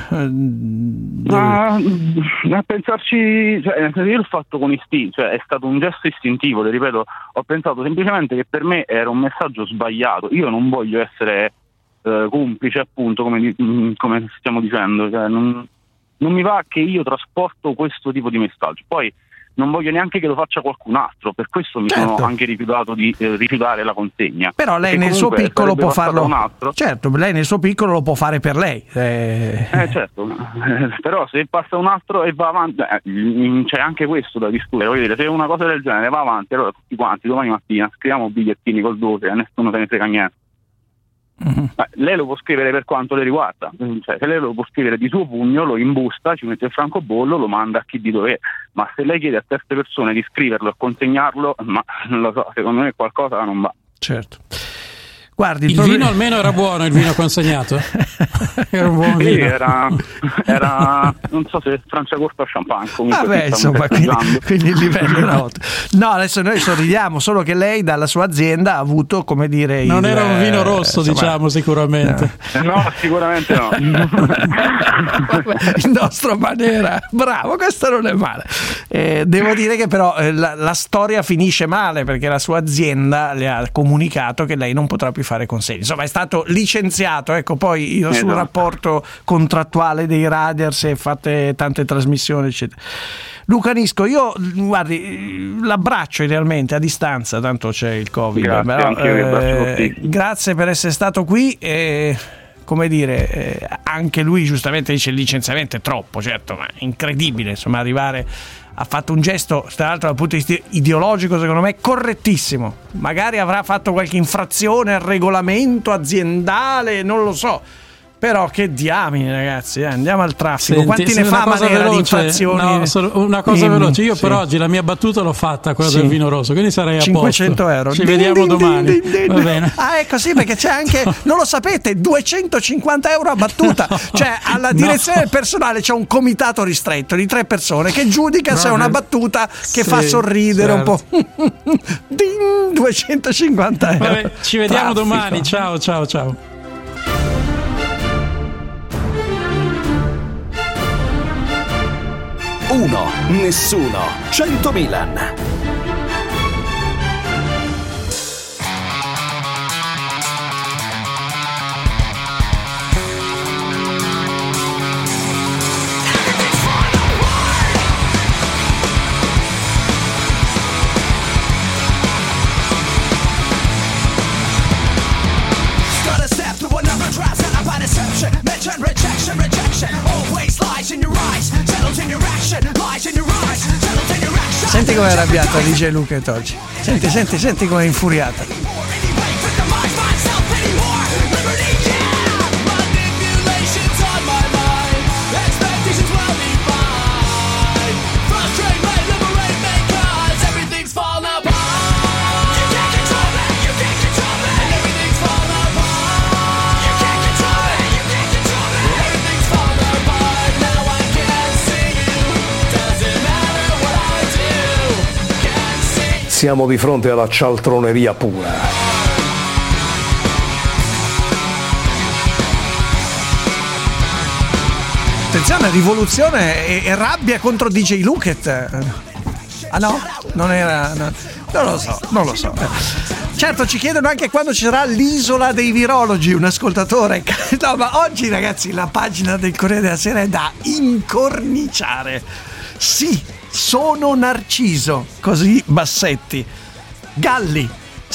Ma a pensarci, cioè, io l'ho fatto con istinto, cioè è stato un gesto istintivo, le ripeto, ho pensato semplicemente che per me era un messaggio sbagliato, io non voglio essere Uh, complice, appunto, come, come stiamo dicendo, cioè, non, non mi va che io trasporto questo tipo di messaggio, poi non voglio neanche che lo faccia qualcun altro, per questo mi certo. sono anche rifiutato di eh, rifiutare la consegna. Però lei nel suo piccolo può farlo un altro. Certo, lei nel suo piccolo lo può fare per lei. Eh, eh certo, eh, però se passa un altro e va avanti, eh, c'è anche questo da discutere. Voglio dire, se una cosa del genere va avanti, allora tutti quanti domani mattina scriviamo bigliettini col dose e nessuno se ne frega niente. Mm-hmm. Lei lo può scrivere per quanto le riguarda, cioè, se lei lo può scrivere di suo pugno, lo imbusta, ci mette il francobollo, lo manda a chi di dovere, ma se lei chiede a terze persone di scriverlo e consegnarlo, ma non lo so, secondo me qualcosa non va. Certo. Guardi, il, il problema... vino almeno era buono, il vino consegnato? Era un buon vino. Sì, era, era non so se Franciacorta o champagne, comunque. Vabbè, insomma, quindi, quindi il livello era alto. No, adesso noi sorridiamo, solo che lei dalla sua azienda ha avuto, come dire, non il, era un vino rosso, insomma, diciamo, sicuramente. No, no sicuramente no. Il nostro Manera, bravo, questo non è male. Eh, devo dire che però eh, la, la storia finisce male, perché la sua azienda le ha comunicato che lei non potrà più fare consegne. Insomma, è stato licenziato. Ecco, poi io sul rapporto contrattuale dei radar, se fate tante trasmissioni, eccetera. Luca Nisco, io guardi, l'abbraccio idealmente a distanza, tanto c'è il Covid. Grazie, però, anch'io vi abbraccio tutti. Grazie per essere stato qui e, come dire, eh, anche lui giustamente dice il licenziamento è troppo, certo, ma è incredibile, insomma, arrivare, ha fatto un gesto, tra l'altro dal punto di vista ideologico secondo me correttissimo, magari avrà fatto qualche infrazione al regolamento aziendale, non lo so. Però che diamine, ragazzi, eh, andiamo al traffico. Senti, quanti ne fa Manera di infrazioni? No, solo una cosa in, veloce, io sì. per oggi la mia battuta l'ho fatta, quella Sì. del vino rosso, quindi sarei a cinquecento posto. euro. Ci Din, vediamo din, domani. din, din, din. Va bene. Ah, ecco, sì, perché c'è anche, non lo sapete, duecentocinquanta euro a battuta. No. Cioè, alla direzione no. del personale c'è un comitato ristretto di tre persone che giudica se è una battuta che sì, fa sorridere certo. un po'. Din, duecentocinquanta euro. Vabbè, ci vediamo Traffico. domani. Ciao, ciao, ciao. Uno, nessuno, cento Milan. Rejection, rejection, always lies in your eyes, settles in your action, lies in your eyes, settles in your action. Senti com'è arrabbiata D J Luca oggi. Senti, senti, senti com'è infuriata. Siamo di fronte alla cialtroneria pura. Attenzione, rivoluzione e, e rabbia contro D J Luket. Ah no? Non era... No. Non lo so, non lo so. Certo, ci chiedono anche quando ci sarà l'isola dei virologi, un ascoltatore. No, ma oggi ragazzi la pagina del Corriere della Sera è da incorniciare. Sì, sono Narciso, così Bassetti. Galli,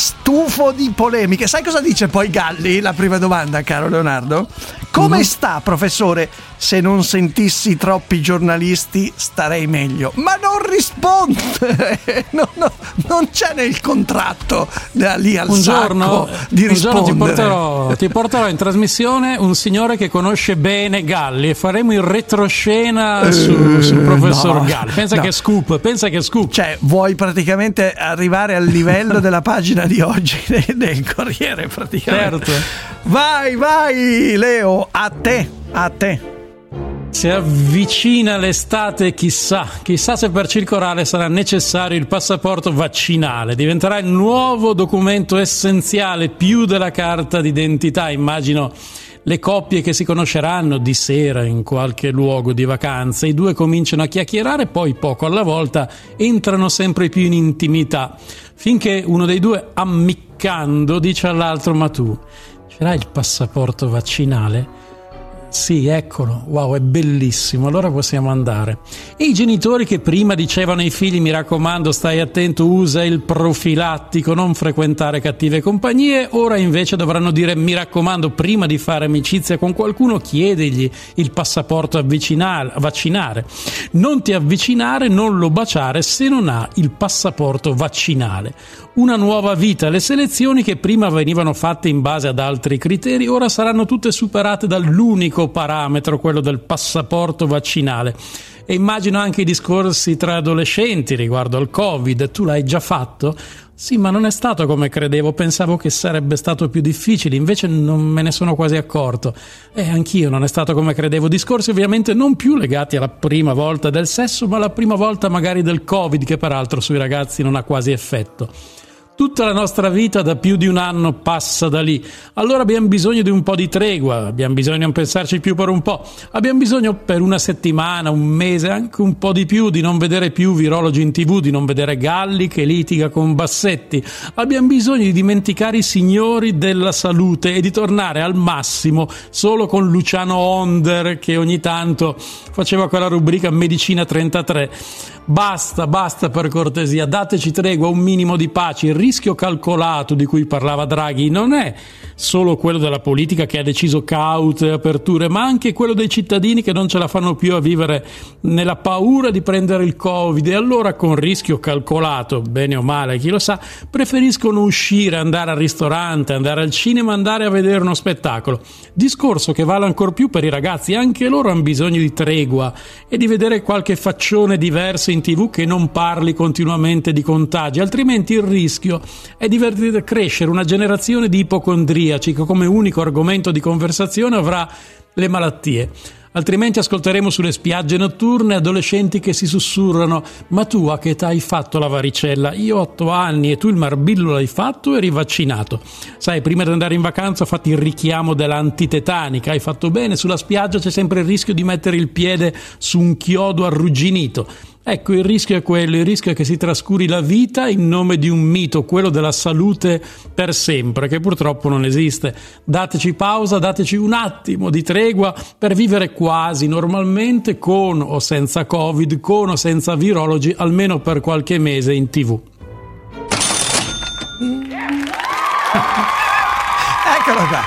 stufo di polemiche. Sai cosa dice poi Galli? La prima domanda, caro Leonardo. Come sta, professore? Se non sentissi troppi giornalisti starei meglio. Ma non risponde. No, no, non c'è nel contratto da lì al un sacco giorno, di un rispondere. giorno ti porterò, ti porterò in trasmissione un signore che conosce bene Galli e faremo il retroscena uh, su, sul professor no, Galli. Pensa no. che scoop, pensa che scoop. Cioè, vuoi praticamente arrivare al livello della pagina di oggi del Corriere, praticamente. Certo. Vai, vai, Leo, a te, a te. Si avvicina l'estate, chissà, chissà se per circolare sarà necessario il passaporto vaccinale. Diventerà il nuovo documento essenziale, più della carta d'identità. Immagino le coppie che si conosceranno di sera in qualche luogo di vacanza. I due cominciano a chiacchierare, poi poco alla volta entrano sempre più in intimità, finché uno dei due, ammiccando, dice all'altro: ma tu ce l'hai il passaporto vaccinale? Sì, eccolo, wow, è bellissimo, allora possiamo andare. E i genitori che prima dicevano ai figli: mi raccomando, stai attento, usa il profilattico, non frequentare cattive compagnie, ora invece dovranno dire: mi raccomando, prima di fare amicizia con qualcuno chiedigli il passaporto vaccinare, non ti avvicinare, non lo baciare se non ha il passaporto vaccinale. Una nuova vita, le selezioni che prima venivano fatte in base ad altri criteri ora saranno tutte superate dall'unico parametro, quello del passaporto vaccinale. E immagino anche i discorsi tra adolescenti riguardo al Covid. Tu l'hai già fatto? Sì, ma non è stato come credevo, pensavo che sarebbe stato più difficile, invece non me ne sono quasi accorto. E anch'io non è stato come credevo. Discorsi ovviamente non più legati alla prima volta del sesso, ma alla prima volta magari del Covid, che peraltro sui ragazzi non ha quasi effetto. Tutta la nostra vita da più di un anno passa da lì, allora abbiamo bisogno di un po' di tregua, abbiamo bisogno di non pensarci più per un po', abbiamo bisogno per una settimana, un mese, anche un po' di più, di non vedere più virologi in tv, di non vedere Galli che litiga con Bassetti, abbiamo bisogno di dimenticare i signori della salute e di tornare al massimo solo con Luciano Onder, che ogni tanto faceva quella rubrica Medicina trentatré. Basta, basta per cortesia, dateci tregua, un minimo di pace. Il rischio calcolato di cui parlava Draghi non è solo quello della politica che ha deciso caute aperture, ma anche quello dei cittadini che non ce la fanno più a vivere nella paura di prendere il Covid, e allora con rischio calcolato, bene o male, chi lo sa, preferiscono uscire, andare al ristorante, andare al cinema, andare a vedere uno spettacolo. Discorso che vale ancor più per i ragazzi, anche loro hanno bisogno di tregua e di vedere qualche faccione diverso in tivù che non parli continuamente di contagi, altrimenti il rischio è di vedere crescere una generazione di ipocondriaci che come unico argomento di conversazione avrà le malattie. Altrimenti ascolteremo sulle spiagge notturne adolescenti che si sussurrano: ma tu a che età hai fatto la varicella? Io ho otto anni e tu il morbillo l'hai fatto e eri vaccinato. Sai, prima di andare in vacanza fatti il richiamo dell'antitetanica, hai fatto bene, sulla spiaggia c'è sempre il rischio di mettere il piede su un chiodo arrugginito. Ecco, il rischio è quello, il rischio è che si trascuri la vita in nome di un mito, quello della salute per sempre, che purtroppo non esiste. Dateci pausa, dateci un attimo di tregua per vivere quasi normalmente, con o senza Covid, con o senza virologi, almeno per qualche mese in tivù. Eccolo qua.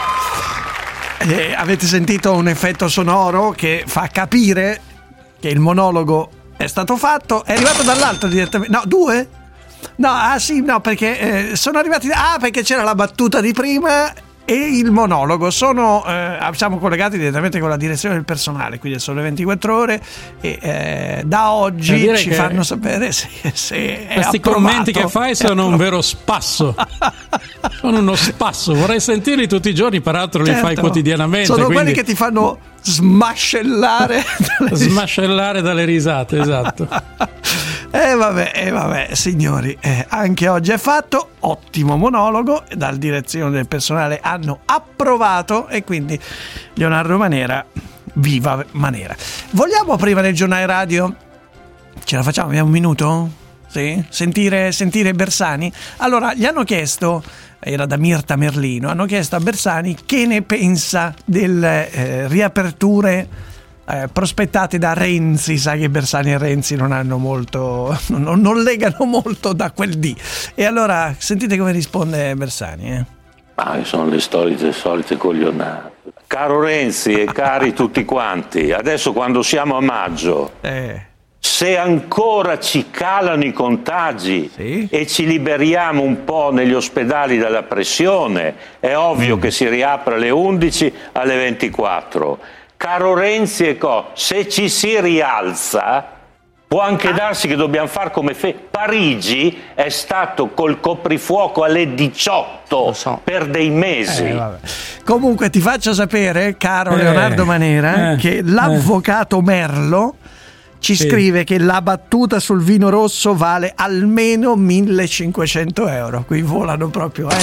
Eh, avete sentito un effetto sonoro che fa capire che il monologo è stato fatto, è arrivato dall'alto direttamente. No, due? No, ah sì, no, perché eh, sono arrivati. Ah, perché c'era la battuta di prima e il monologo. Sono eh, siamo collegati direttamente con la direzione del personale, quindi sono le ventiquattro ore e eh, da oggi ci fanno sapere se, se è questi approvato. Commenti che fai sono un vero spasso. Sono uno spasso, vorrei sentirli tutti i giorni, peraltro li Certo. fai quotidianamente. Sono quindi... quelli che ti fanno smascellare dalle... smascellare dalle risate, esatto. E eh vabbè, eh vabbè, signori, eh, anche oggi è fatto. Ottimo monologo, dalla direzione del personale hanno approvato e quindi Leonardo Manera, viva Manera. Vogliamo prima del giornale radio? Ce la facciamo? Abbiamo un minuto? Sì? Sentire, sentire Bersani? Allora, gli hanno chiesto, era da Mirta Merlino, hanno chiesto a Bersani che ne pensa delle eh, riaperture eh, prospettate da Renzi. Sai che Bersani e Renzi non hanno molto, non, non legano molto da quel dì. E allora sentite come risponde Bersani. Eh. Ah, sono le solite, solite coglionate. Caro Renzi e cari tutti quanti, adesso quando siamo a maggio... Eh. Se ancora ci calano i contagi sì. e ci liberiamo un po' negli ospedali dalla pressione, è ovvio mm. che si riapre alle undici, alle ventiquattro. Caro Renzi e co, se ci si rialza, può anche darsi che dobbiamo fare come fe- Parigi è stato col coprifuoco alle diciotto so. per dei mesi. Eh, vabbè. Comunque ti faccio sapere, caro eh, Leonardo Manera, eh, che l'avvocato eh. Merlo ci sì. scrive che la battuta sul vino rosso vale almeno millecinquecento euro. Qui volano proprio, eh.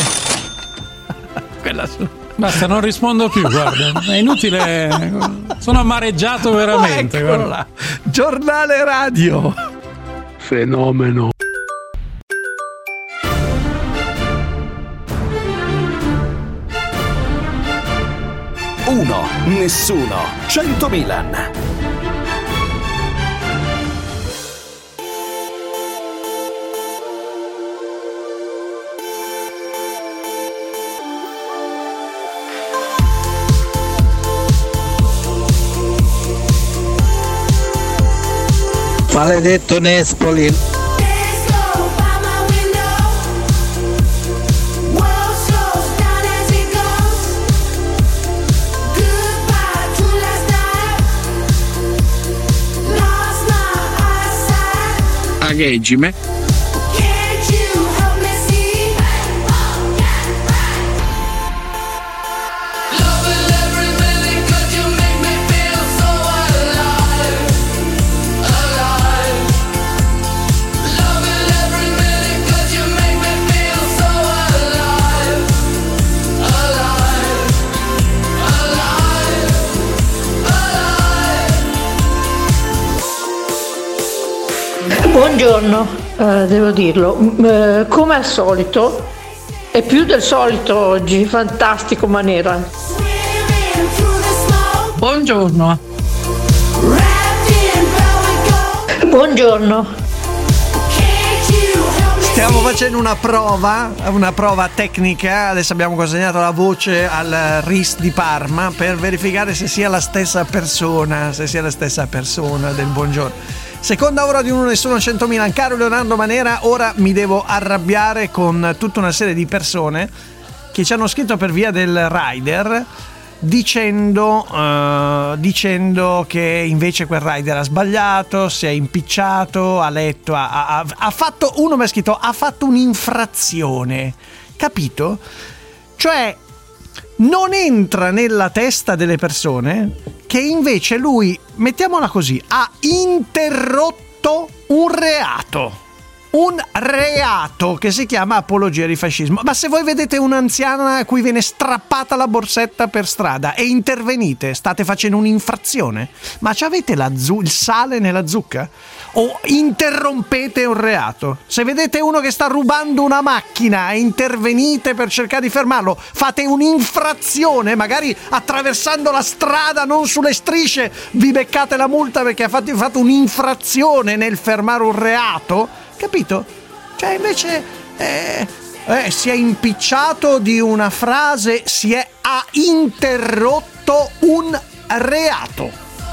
Quella su. Basta, non rispondo più, guarda. È inutile. Sono amareggiato veramente. Eccolo là. Giornale radio. Fenomeno. Uno, nessuno, cento Milan. Maledetto Nespoli. Agheggime. Buongiorno, eh, devo dirlo, eh, come al solito, e più del solito oggi, fantastico Manera. Buongiorno. Buongiorno. Stiamo facendo una prova, una prova tecnica. Adesso abbiamo consegnato la voce al R I S di Parma per verificare se sia la stessa persona, se sia la stessa persona del buongiorno. Seconda ora di Uno Nessuno centomila. Caro Leonardo Manera, ora mi devo arrabbiare con tutta una serie di persone che ci hanno scritto per via del rider dicendo uh, dicendo che invece quel rider ha sbagliato, si è impicciato, ha letto, ha, ha, ha fatto, uno mi ha scritto ha fatto un'infrazione, capito? Cioè non entra nella testa delle persone che invece lui, mettiamola così, ha interrotto un reato. Un reato che si chiama apologia di fascismo. Ma se voi vedete un'anziana a cui viene strappata la borsetta per strada e intervenite, state facendo un'infrazione? Ma c'avete la zu- il sale nella zucca? O interrompete un reato? Se vedete uno che sta rubando una macchina e intervenite per cercare di fermarlo, fate un'infrazione, magari attraversando la strada, non sulle strisce, vi beccate la multa perché avete fatto un'infrazione nel fermare un reato. Capito? Cioè invece eh, eh, si è impicciato di una frase, si è ha interrotto un reato.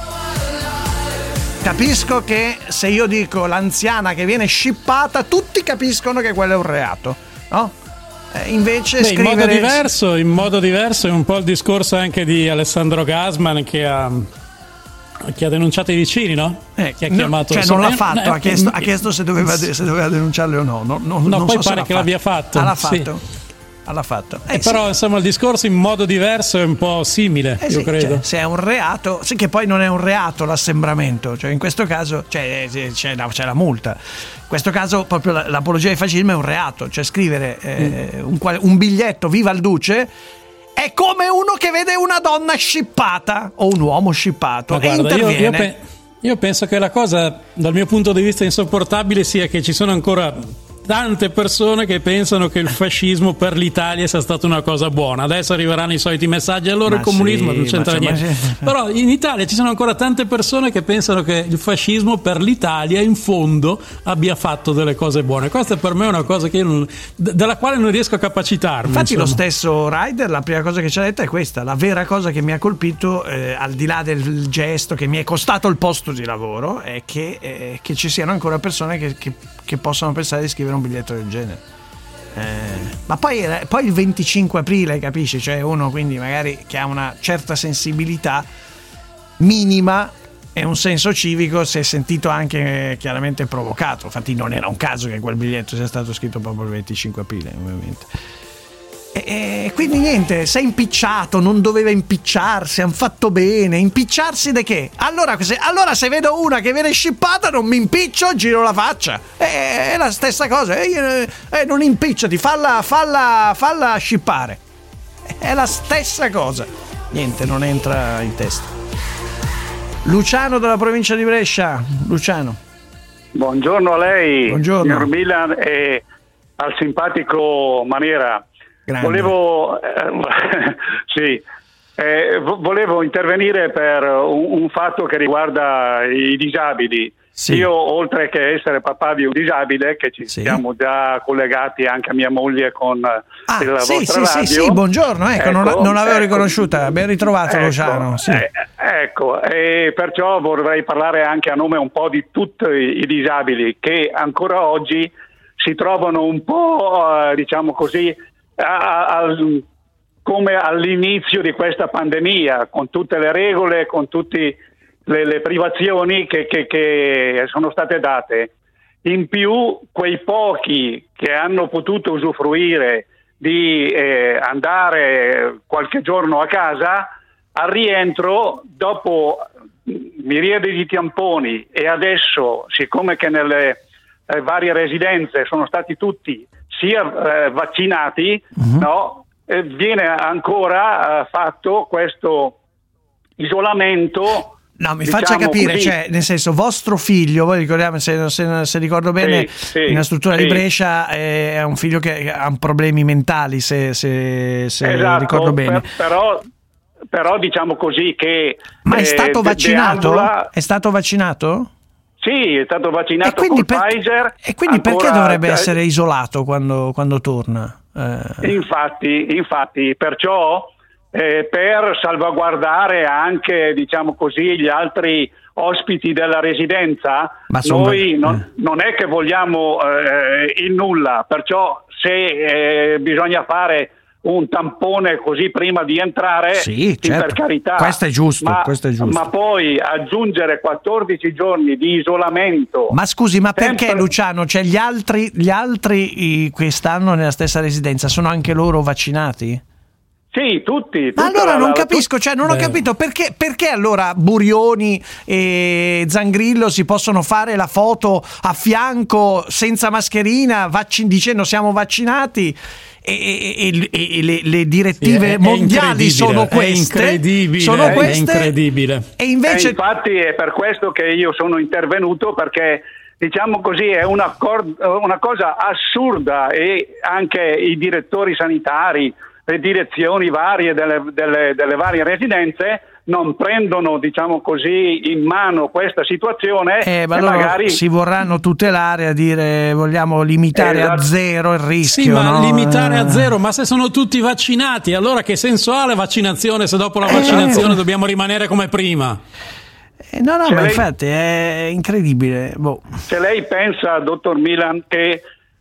Capisco che se io dico l'anziana che viene scippata, tutti capiscono che quello è un reato, no? Eh, invece Beh, scrivere... in modo diverso, in modo diverso è un po' il discorso anche di Alessandro Gasman che ha che ha denunciato i vicini, no? Eh, che ha chiamato, no, cioè non l'ha fatto, eh, ha chiesto, ha chiesto se doveva, se doveva denunciarli o no. No, no, no non poi so pare che l'abbia fatto. Ah, l'ha fatto. Sì. Ah, l'ha fatto. Eh, eh, però sì. insomma il discorso in modo diverso è un po' simile, eh, io sì, credo. Cioè, se è un reato, sì, che poi non è un reato l'assembramento, cioè in questo caso cioè, c'è, la, c'è la multa. In questo caso proprio l'apologia di fascismo è un reato, cioè scrivere eh, mm. un, un biglietto viva il duce è come uno che vede una donna scippata o un uomo scippato. Ma e guarda, interviene. Io, io, pe- io penso che la cosa, dal mio punto di vista insopportabile, sia che ci sono ancora tante persone che pensano che il fascismo per l'Italia sia stata una cosa buona. Adesso arriveranno i soliti messaggi, allora ma il comunismo sì, non c'entra niente. Sì. Però in Italia ci sono ancora tante persone che pensano che il fascismo per l'Italia in fondo abbia fatto delle cose buone. Questa per me è una cosa che io non, della quale non riesco a capacitarmi. Infatti insomma. Lo stesso Ryder, la prima cosa che ci ha detto è questa: la vera cosa che mi ha colpito, eh, al di là del gesto che mi è costato il posto di lavoro, è che, eh, che ci siano ancora persone che, che, che possono pensare di scrivere un biglietto del genere. Eh, ma poi, poi il venticinque aprile, capisci? Cioè uno quindi magari che ha una certa sensibilità minima e un senso civico si è sentito anche chiaramente provocato. Infatti non era un caso che quel biglietto sia stato scritto proprio il venticinque aprile, ovviamente. E, e quindi niente, si è impicciato, non doveva impicciarsi, hanno fatto bene. Impicciarsi di che? Allora se, allora se vedo una che viene scippata non mi impiccio, giro la faccia. E, è la stessa cosa, e, e non impicciati, falla, falla, falla scippare. È la stessa cosa. Niente, non entra in testa. Luciano dalla provincia di Brescia. Luciano. Buongiorno a lei. Buongiorno. Signor Milan e al simpatico Manera. Grande. Volevo eh, sì, eh, volevo intervenire per un, un fatto che riguarda i disabili. Sì. Io, oltre che essere papà di un disabile, che ci sì. siamo già collegati anche a mia moglie con ah, il sì, vostra sì, radio. Sì, sì, buongiorno, ecco, ecco non, non l'avevo ecco, riconosciuta, ben ritrovato ecco, Luciano. Sì. Eh, ecco, e perciò vorrei parlare anche a nome un po' di tutti i disabili che ancora oggi si trovano un po', eh, diciamo così, A, a, come all'inizio di questa pandemia, con tutte le regole, con tutte le, le privazioni che, che, che sono state date. In più, quei pochi che hanno potuto usufruire di eh, andare qualche giorno a casa, al rientro, dopo miriadi di tamponi, e adesso, siccome che nelle eh, varie residenze sono stati tutti sia eh, vaccinati, uh-huh. no, eh, viene ancora eh, fatto questo isolamento. No, mi diciamo faccia capire, così. Cioè, nel senso, vostro figlio, voi ricordiamo, se, se, se ricordo bene, sì, sì, in una struttura sì. di Brescia è un figlio che ha problemi mentali, se, se, se esatto, ricordo bene. Per, però, però diciamo così che... Ma è stato eh, vaccinato? deambula... È stato vaccinato? Sì, è stato vaccinato e con per, Pfizer. E quindi ancora, perché dovrebbe eh, essere isolato quando, quando torna? Eh. Infatti, infatti, perciò eh, per salvaguardare anche, diciamo così, gli altri ospiti della residenza, noi non, eh. non è che vogliamo eh, il nulla, perciò se eh, bisogna fare un tampone così prima di entrare, sì, certo. per carità, questo è giusto, ma, questo è giusto. Ma poi aggiungere quattordici giorni di isolamento. Ma scusi, ma perché sempre... Luciano? Cioè gli altri, gli altri che stanno nella stessa residenza sono anche loro vaccinati? Sì, tutti. Ma allora la, non la, capisco, tut- cioè non Beh. ho capito perché, perché allora Burioni e Zangrillo si possono fare la foto a fianco senza mascherina, vaccin- dicendo siamo vaccinati e, e, e, e le, le direttive sì, è, mondiali è sono queste. È incredibile, sono queste, è incredibile. E invece... E infatti è per questo che io sono intervenuto, perché diciamo così è una, cor- una cosa assurda, e anche i direttori sanitari, le direzioni varie delle, delle, delle varie residenze non prendono, diciamo così, in mano questa situazione eh, ma e loro magari si vorranno tutelare a dire vogliamo limitare esatto. a zero il rischio. Sì, ma no? limitare a zero, ma se sono tutti vaccinati, allora che senso ha la vaccinazione se dopo la vaccinazione eh. dobbiamo rimanere come prima? Eh, no, no, se ma lei, infatti è incredibile. Boh. Se lei pensa, dottor Milan, che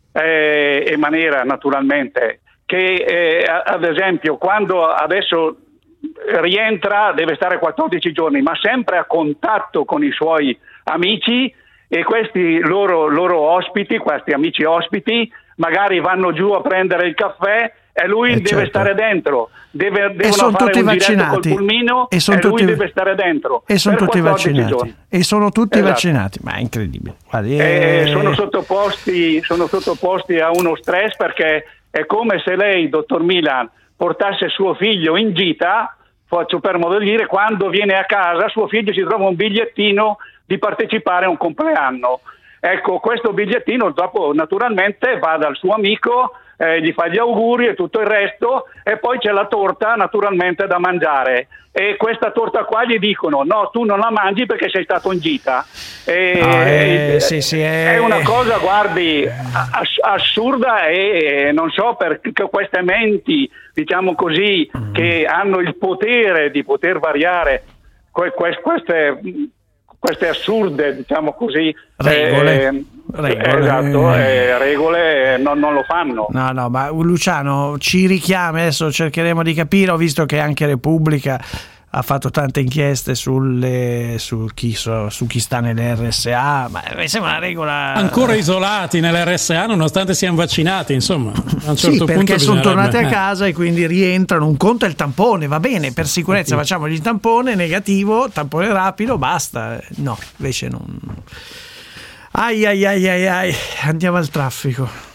eh, in maniera naturalmente che eh, ad esempio quando adesso rientra deve stare quattordici giorni, ma sempre a contatto con i suoi amici, e questi loro, loro ospiti, questi amici ospiti magari vanno giù a prendere il caffè e lui eh deve certo. stare dentro, deve, devono e sono fare tutti un vaccinati diretto col pulmino e, e lui tutti... deve stare dentro e sono per tutti vaccinati giorni. e sono tutti esatto. vaccinati, ma è incredibile. Guardi, è... è... sono sottoposti sono sottoposti a uno stress, perché è come se lei, dottor Milan, portasse suo figlio in gita, faccio per modo di dire, quando viene a casa suo figlio si trova un bigliettino di partecipare a un compleanno. Ecco, questo bigliettino dopo naturalmente va dal suo amico, eh, gli fa gli auguri e tutto il resto, e poi c'è la torta naturalmente da mangiare, e questa torta qua gli dicono no, tu non la mangi perché sei stato in gita. E, ah, eh, e, sì, sì, è... è una cosa, guardi, ass- assurda, e non so perché queste menti, diciamo così, mm. che hanno il potere di poter variare que- que- queste queste assurde, diciamo così, regole, eh, regole. Esatto, eh, regole non, non lo fanno. No, no, ma Luciano ci richiama, adesso cercheremo di capire, ho visto che anche Repubblica ha fatto tante inchieste sulle, su, chi so, su chi sta nelle R S A, ma mi sembra una regola... Ancora isolati nelle R S A nonostante siano vaccinati, insomma. A un certo sì, punto perché sono tornati a eh. casa e quindi rientrano. Un conto è il tampone, va bene, per sicurezza facciamo il tampone negativo, tampone rapido, basta. No, invece non... Ai ai ai ai ai, andiamo al traffico.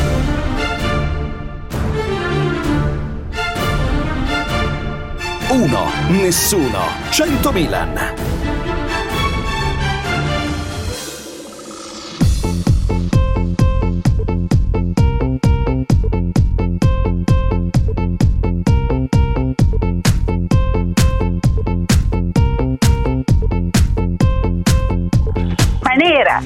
Uno, nessuno, cento Milan. Manera.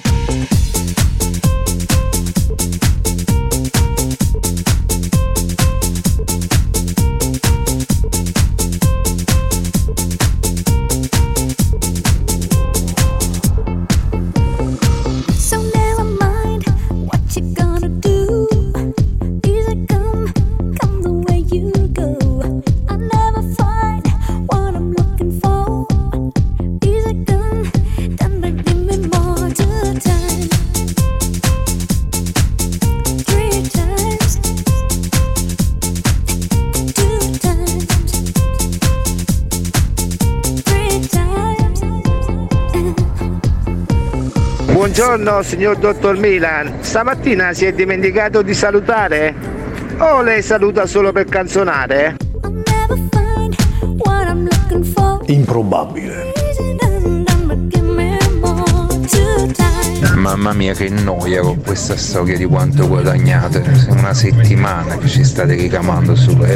Buongiorno signor dottor Milan, stamattina si è dimenticato di salutare? O lei saluta solo per canzonare? Improbabile. Mamma mia che noia con questa storia di quanto guadagnate, è una settimana che ci state ricamando su e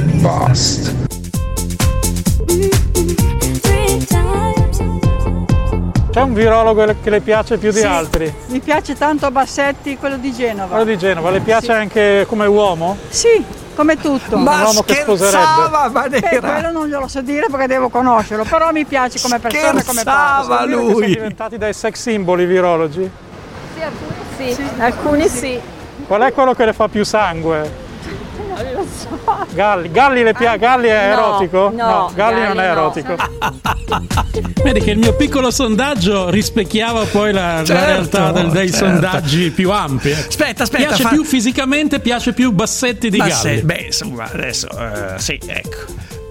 basta. C'è un virologo che le piace più di Sì, altri? Mi piace tanto Bassetti, quello di Genova. Quello di Genova, le piace Sì. anche come uomo? Sì, come tutto. Ma un uomo che sposerebbe? Beh, quello non glielo so dire perché devo conoscerlo, però mi piace come persona e come Scherzava padre. Sono lui. diventati dei sex symbol i virologi? Sì, alcuni sì, alcuni sì. Qual è quello che le fa più sangue? Non lo so. Galli, Galli le piace? Galli è No, erotico? no, Galli, non Galli è no. erotico. Vedi che il mio piccolo sondaggio rispecchiava poi la, Certo, la realtà del- dei certo. sondaggi più ampi. Aspetta, aspetta, Piace fa- più fisicamente, piace più Bassetti di Ma Galli. se- beh, insomma, adesso eh, sì, ecco.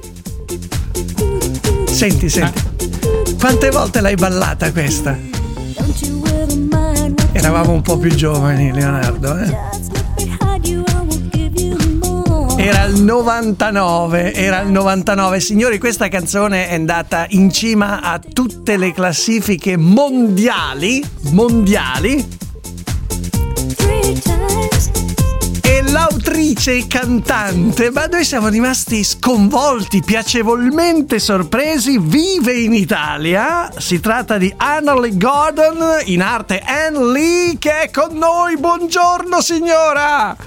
Senti, senti. Quante volte l'hai ballata questa? Eravamo un po' più giovani, Leonardo, eh? Era il novantanove, era il novantanove. Signori, questa canzone è andata in cima a tutte le classifiche mondiali, mondiali. E l'autrice e cantante, ma noi siamo rimasti sconvolti, piacevolmente sorpresi, vive in Italia. Si tratta di Annerly Gordon, in arte Ann Lee, che è con noi. Buongiorno signora!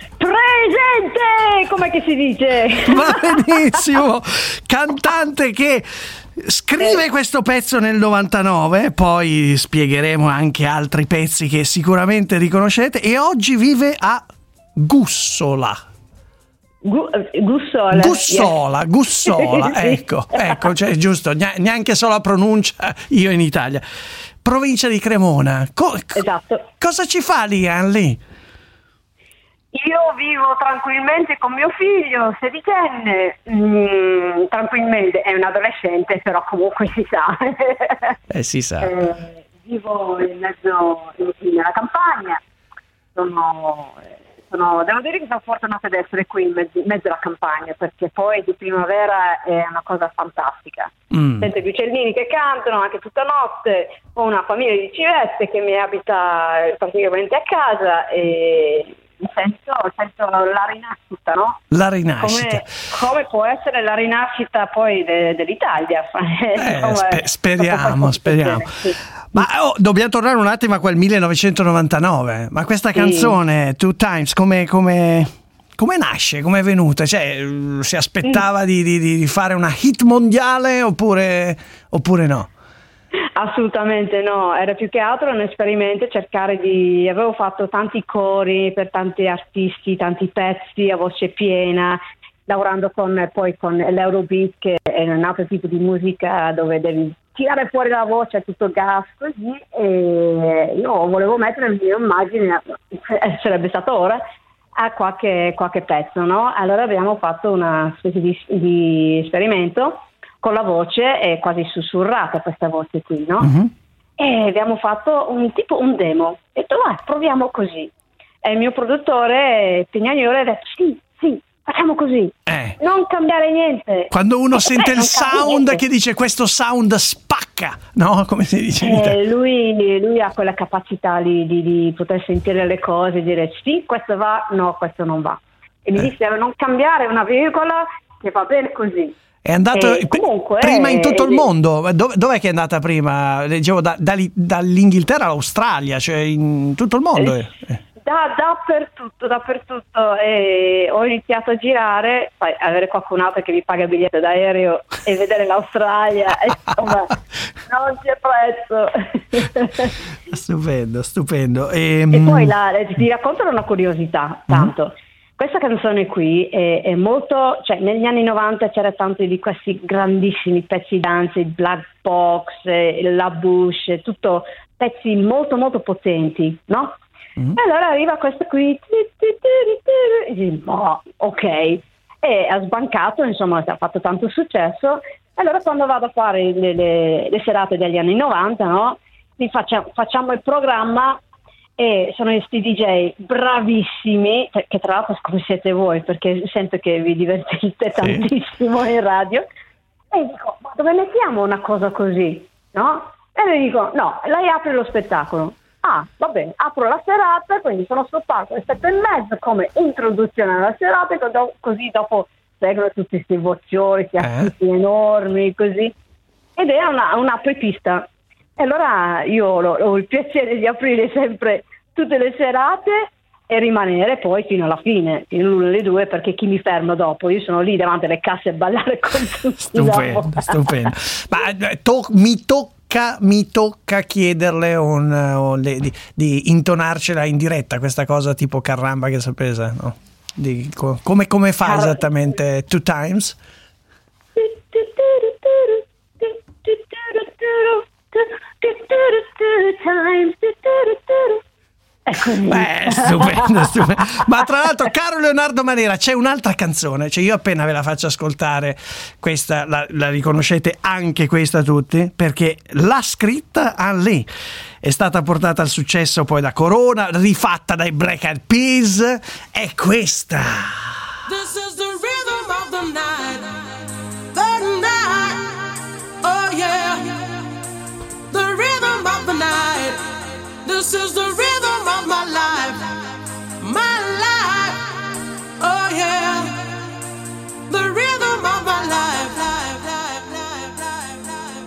Presente! Com'è che si dice? Va benissimo! Cantante che scrive questo pezzo nel novantanove, poi spiegheremo anche altri pezzi che sicuramente riconoscete, e oggi vive a Gussola. Gu- Gussola. Gussola, Yes. Gussola, Sì. ecco, ecco, cioè giusto, neanche solo la pronuncia io in Italia. Provincia di Cremona. Co- Esatto. Cosa ci fa lì, Ann Lee? Io vivo tranquillamente con mio figlio, sedicenne, mm, tranquillmente, è un adolescente, però comunque si sa. Eh, si sa. Eh, vivo in mezzo in- nella campagna, sono, sono, devo dire che sono fortunata ad essere qui in mezzo, in mezzo alla campagna, perché poi di primavera è una cosa fantastica. Mm. Sento gli uccellini che cantano anche tutta notte, ho una famiglia di civette che mi abita praticamente a casa e sento, sento la rinascita, no? La rinascita. Come, come può essere la rinascita poi de- dell'Italia? Eh, Insomma, spe- speriamo, dopo speriamo. sì. Ma oh, dobbiamo tornare un attimo a quel millenovecentonovantanove. Ma questa Sì. canzone, Two Times, come, come, come nasce? Come è venuta? Cioè, eh, si aspettava di, di- di fare una hit mondiale oppure, oppure no? Assolutamente no, era più che altro un esperimento, cercare di... avevo fatto tanti cori per tanti artisti, tanti pezzi a voce piena, lavorando con, poi con l'Eurobeat, che è un altro tipo di musica dove devi tirare fuori la voce a tutto gas così, e io volevo mettere il mio immagine, eh, sarebbe stato ora, a qualche, qualche pezzo, no? Allora abbiamo fatto una specie di, di esperimento con la voce, è quasi sussurrata questa voce qui, no? Mm-hmm. E abbiamo fatto un tipo un demo, ho detto vai, proviamo così. E il mio produttore Pignagnolo ha detto sì, sì, facciamo così, Eh. non cambiare niente. Quando uno Eh, sente eh, il non cambia sound niente. che dice questo sound spacca, no? Come si dice in Italia. Eh, lui, lui ha quella capacità lì di, di poter sentire le cose e dire sì, questo va, no, questo non va. E mi disse non cambiare una virgola, che va bene così. È andato E comunque, prima in tutto il eh, mondo. Dov- dov'è che è andata prima? Leggevo da- dall'I- dall'Inghilterra all'Australia, cioè in tutto il mondo. Eh, Da, dappertutto, dappertutto. E ho iniziato a girare, poi avere qualcun altro che mi paga il biglietto d'aereo e vedere l'Australia, insomma, non c'è prezzo. Stupendo, stupendo. E, E poi la, ti racconto una curiosità, tanto. Mm. Questa canzone qui è, è molto, cioè negli anni novanta c'era tanti di questi grandissimi pezzi dance, il Black Box, eh, la Bush, tutto pezzi molto molto potenti, no? Mm. E allora arriva questa qui, e dici, oh, ok, e ha sbancato, insomma, ha fatto tanto successo. E allora quando vado a fare le, le, le serate degli anni novanta, no? Li facciamo, facciamo il programma. E sono questi D J bravissimi, che tra l'altro come siete voi, perché sento che vi divertite tantissimo in radio, e dico, ma dove mettiamo una cosa così, no? E le dico, no, lei apre lo spettacolo. Ah, va bene, apro la serata, quindi sono sul palco alle sette e mezza come introduzione alla serata, e do- così dopo seguono tutti questi vocioli, questi artisti enormi, così. Ed era una, una apripista. E allora io ho, ho il piacere di aprire sempre tutte le serate e rimanere poi fino alla fine, fino all'una alle due, perché chi mi ferma dopo? Io sono lì davanti alle casse a ballare con tutti. Stupendo, stupendo. Ma to- mi tocca mi tocca chiederle un, un, di, di intonarcela in diretta, questa cosa tipo Carramba che sapete, no? Di, co- come, come fa esattamente Two Times? Beh, stupendo, stupendo. Ma tra l'altro, caro Leonardo Manera, c'è un'altra canzone, cioè io appena ve la faccio ascoltare questa, la, la riconoscete anche questa tutti, perché l'ha scritta Ann Lee, è stata portata al successo poi da Corona, rifatta dai Black Eyed Peas, è questa. This is the rhythm of the night, the night, oh yeah, the rhythm of the night, this is the rhythm of my life, my life, oh yeah, the rhythm of my life, life, life, life, life, life.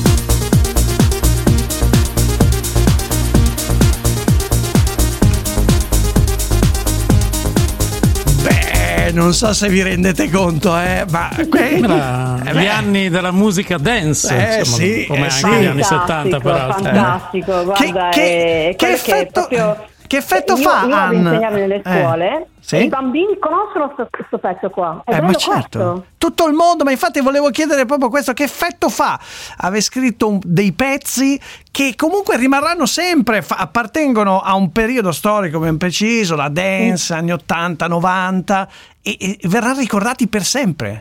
Beh, non so se vi rendete conto, eh, ma que- Era eh, gli beh. anni della musica dance, Eh, insomma, sì, come eh, anche sì. gli anni settanta, Fantastico, peraltro. fantastico, guarda, Che- è che quello effetto- proprio- che effetto io, fa, io vado a Ann? insegnare nelle Eh, scuole sì? e i bambini conoscono questo pezzo qua, è Eh, bello ma certo, questo. tutto il mondo, ma infatti volevo chiedere proprio questo, che effetto fa aver scritto un- dei pezzi che comunque rimarranno sempre, fa- appartengono a un periodo storico ben preciso, la dance, anni ottanta novanta, e, e verranno ricordati per sempre.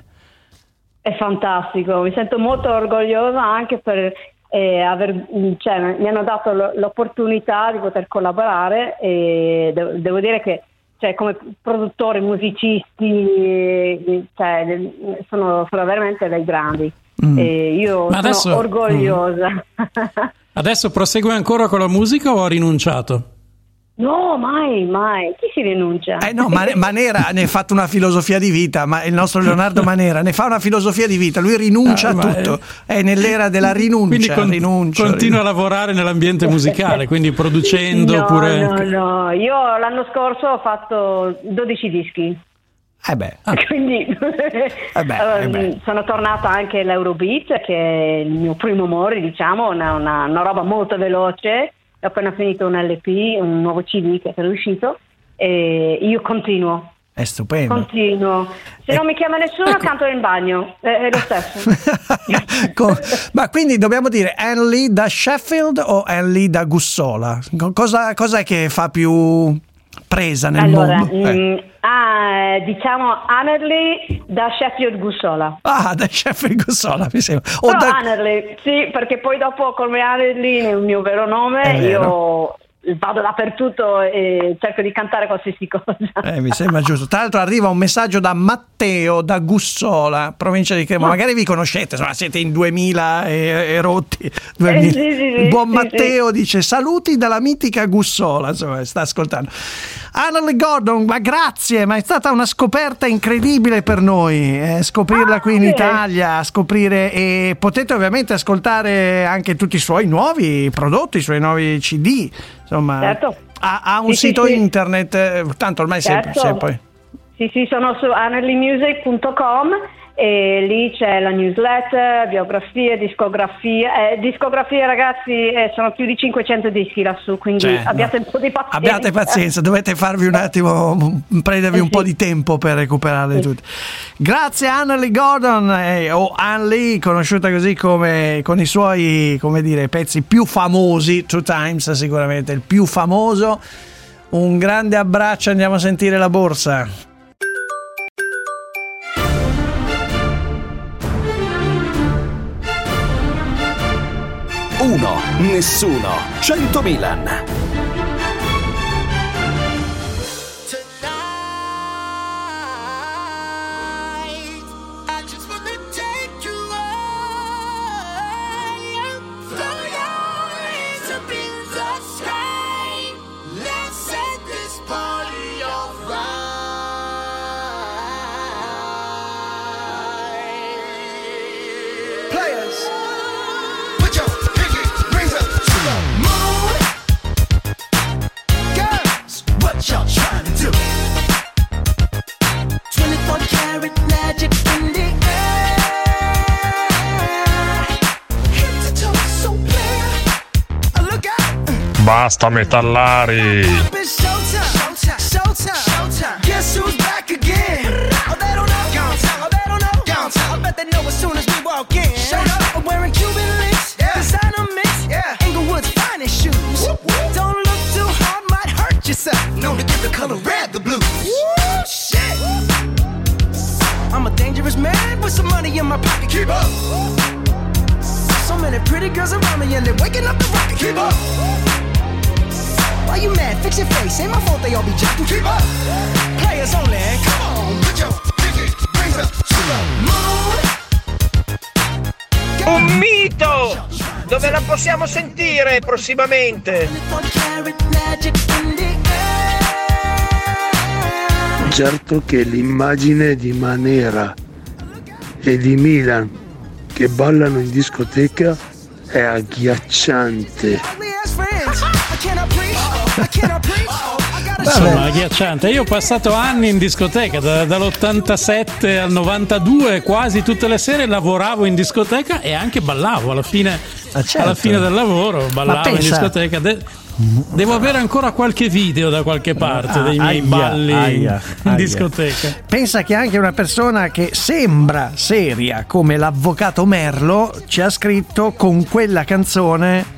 È fantastico, mi sento molto orgogliosa anche per eh, aver, cioè, mi hanno dato l- l'opportunità di poter collaborare e devo, devo dire che cioè, come produttori, musicisti, eh, cioè, sono, sono veramente dei grandi. Mm. E io Ma sono adesso- orgogliosa. Adesso prosegue ancora con la musica o ha rinunciato? No, mai, mai. Chi si rinuncia? Eh no, Ma- Manera ne ha fatto una filosofia di vita, ma il nostro Leonardo Manera ne fa una filosofia di vita, lui rinuncia Ah, a ma tutto, è nell'era della rinuncia, Quindi con- rinuncia, continua rinuncia. a lavorare nell'ambiente musicale, quindi producendo no, oppure... no, no. Io l'anno scorso ho fatto dodici dischi. Eh beh, Quindi eh beh, eh beh. sono tornata anche all'Eurobeat, che è il mio primo amore, diciamo, una, una, una roba molto veloce. Ho appena finito un L P, un nuovo C D che è uscito, e io continuo. È stupendo. Continuo. Se non mi chiama nessuno, ecco. canto in bagno, è, è lo stesso. Co- ma quindi dobbiamo dire Ann Lee da Sheffield o Ann Lee da Gussola? Co- Cosa, cos'è che fa più presa nel Allora, mondo? Eh. mh, ah, diciamo Annerly da Sheffield Gussola. Ah, da Sheffield Gussola, mi sembra. O Però da... Annerly, sì, perché poi dopo come Annerly è il mio vero È nome, vero. io vado dappertutto e cerco di cantare qualsiasi cosa. Eh, mi sembra giusto. Tra l'altro arriva un messaggio da Matteo da Gussola, provincia di Crema. Magari vi conoscete, insomma, siete in duemila e, e rotti. duemila. Eh, sì, sì, sì, Il buon sì, Matteo dice saluti dalla mitica Gussola, insomma, sta ascoltando. Annerly Gordon, ma grazie, ma è stata una scoperta incredibile per noi, eh, scoprirla qui in sì. Italia, scoprire, e potete ovviamente ascoltare anche tutti i suoi nuovi prodotti, i suoi nuovi C D. Insomma, Certo. ha, ha un Sì, sito sì, sì. internet, eh, tanto ormai Certo. sempre, sempre poi. Sì, sì, sono su annerly music punto com e lì c'è la newsletter, biografie, discografie. Eh, discografie, ragazzi, eh, sono più di cinquecento dischi lassù, quindi Cioè, abbiate un po' di pazienza. Abbiate pazienza, dovete farvi un attimo, prendervi Eh, un po' sì. di tempo per recuperarle Sì. tutte. Grazie a Annerly Gordon, eh, o Ann Lee, conosciuta così come con i suoi, come dire, pezzi più famosi. Two Times sicuramente il più famoso. Un grande abbraccio, andiamo a sentire la borsa. Uno, nessuno, cento Milan. I just wanna take you higher, throw your hands up in the sky. Let's set this party on fire. Players, put your pinky rings up. Basta metallari. It's showtime, showtime, showtime. Guess who's back again? Oh, they don't know. Oh, they don't know. I bet they know as soon as we walk in. Showed up, I'm wearing Cuban links, yeah. Designer mix, yeah. Inglewood's finest shoes. Whoop, whoop. Don't look too hard, might hurt yourself. Known to give the color red the blues. Woo, shit. I'm a dangerous man with some money in my pocket. Keep up. So many pretty girls around me and they're waking up the rocket. Keep up. Why you mad? Fix your face. Ain't my fault they all be jacking. Keep up. Players only. Come on, put your pinky rings up to the moon. Un mito! Dove la possiamo sentire prossimamente? Certo che l'immagine di Manera e di Milan che ballano in discoteca è agghiacciante. Insomma, agghiacciante. Io ho passato anni in discoteca, da, dall'ottantasette al novantadue, quasi tutte le sere lavoravo in discoteca e anche ballavo alla fine, ah, certo. alla fine del lavoro, ballavo in discoteca. De- devo avere ancora qualche video da qualche parte ah, dei miei aia, balli aia, in aia. discoteca. Pensa che anche una persona che sembra seria come l'avvocato Merlo ci ha scritto con quella canzone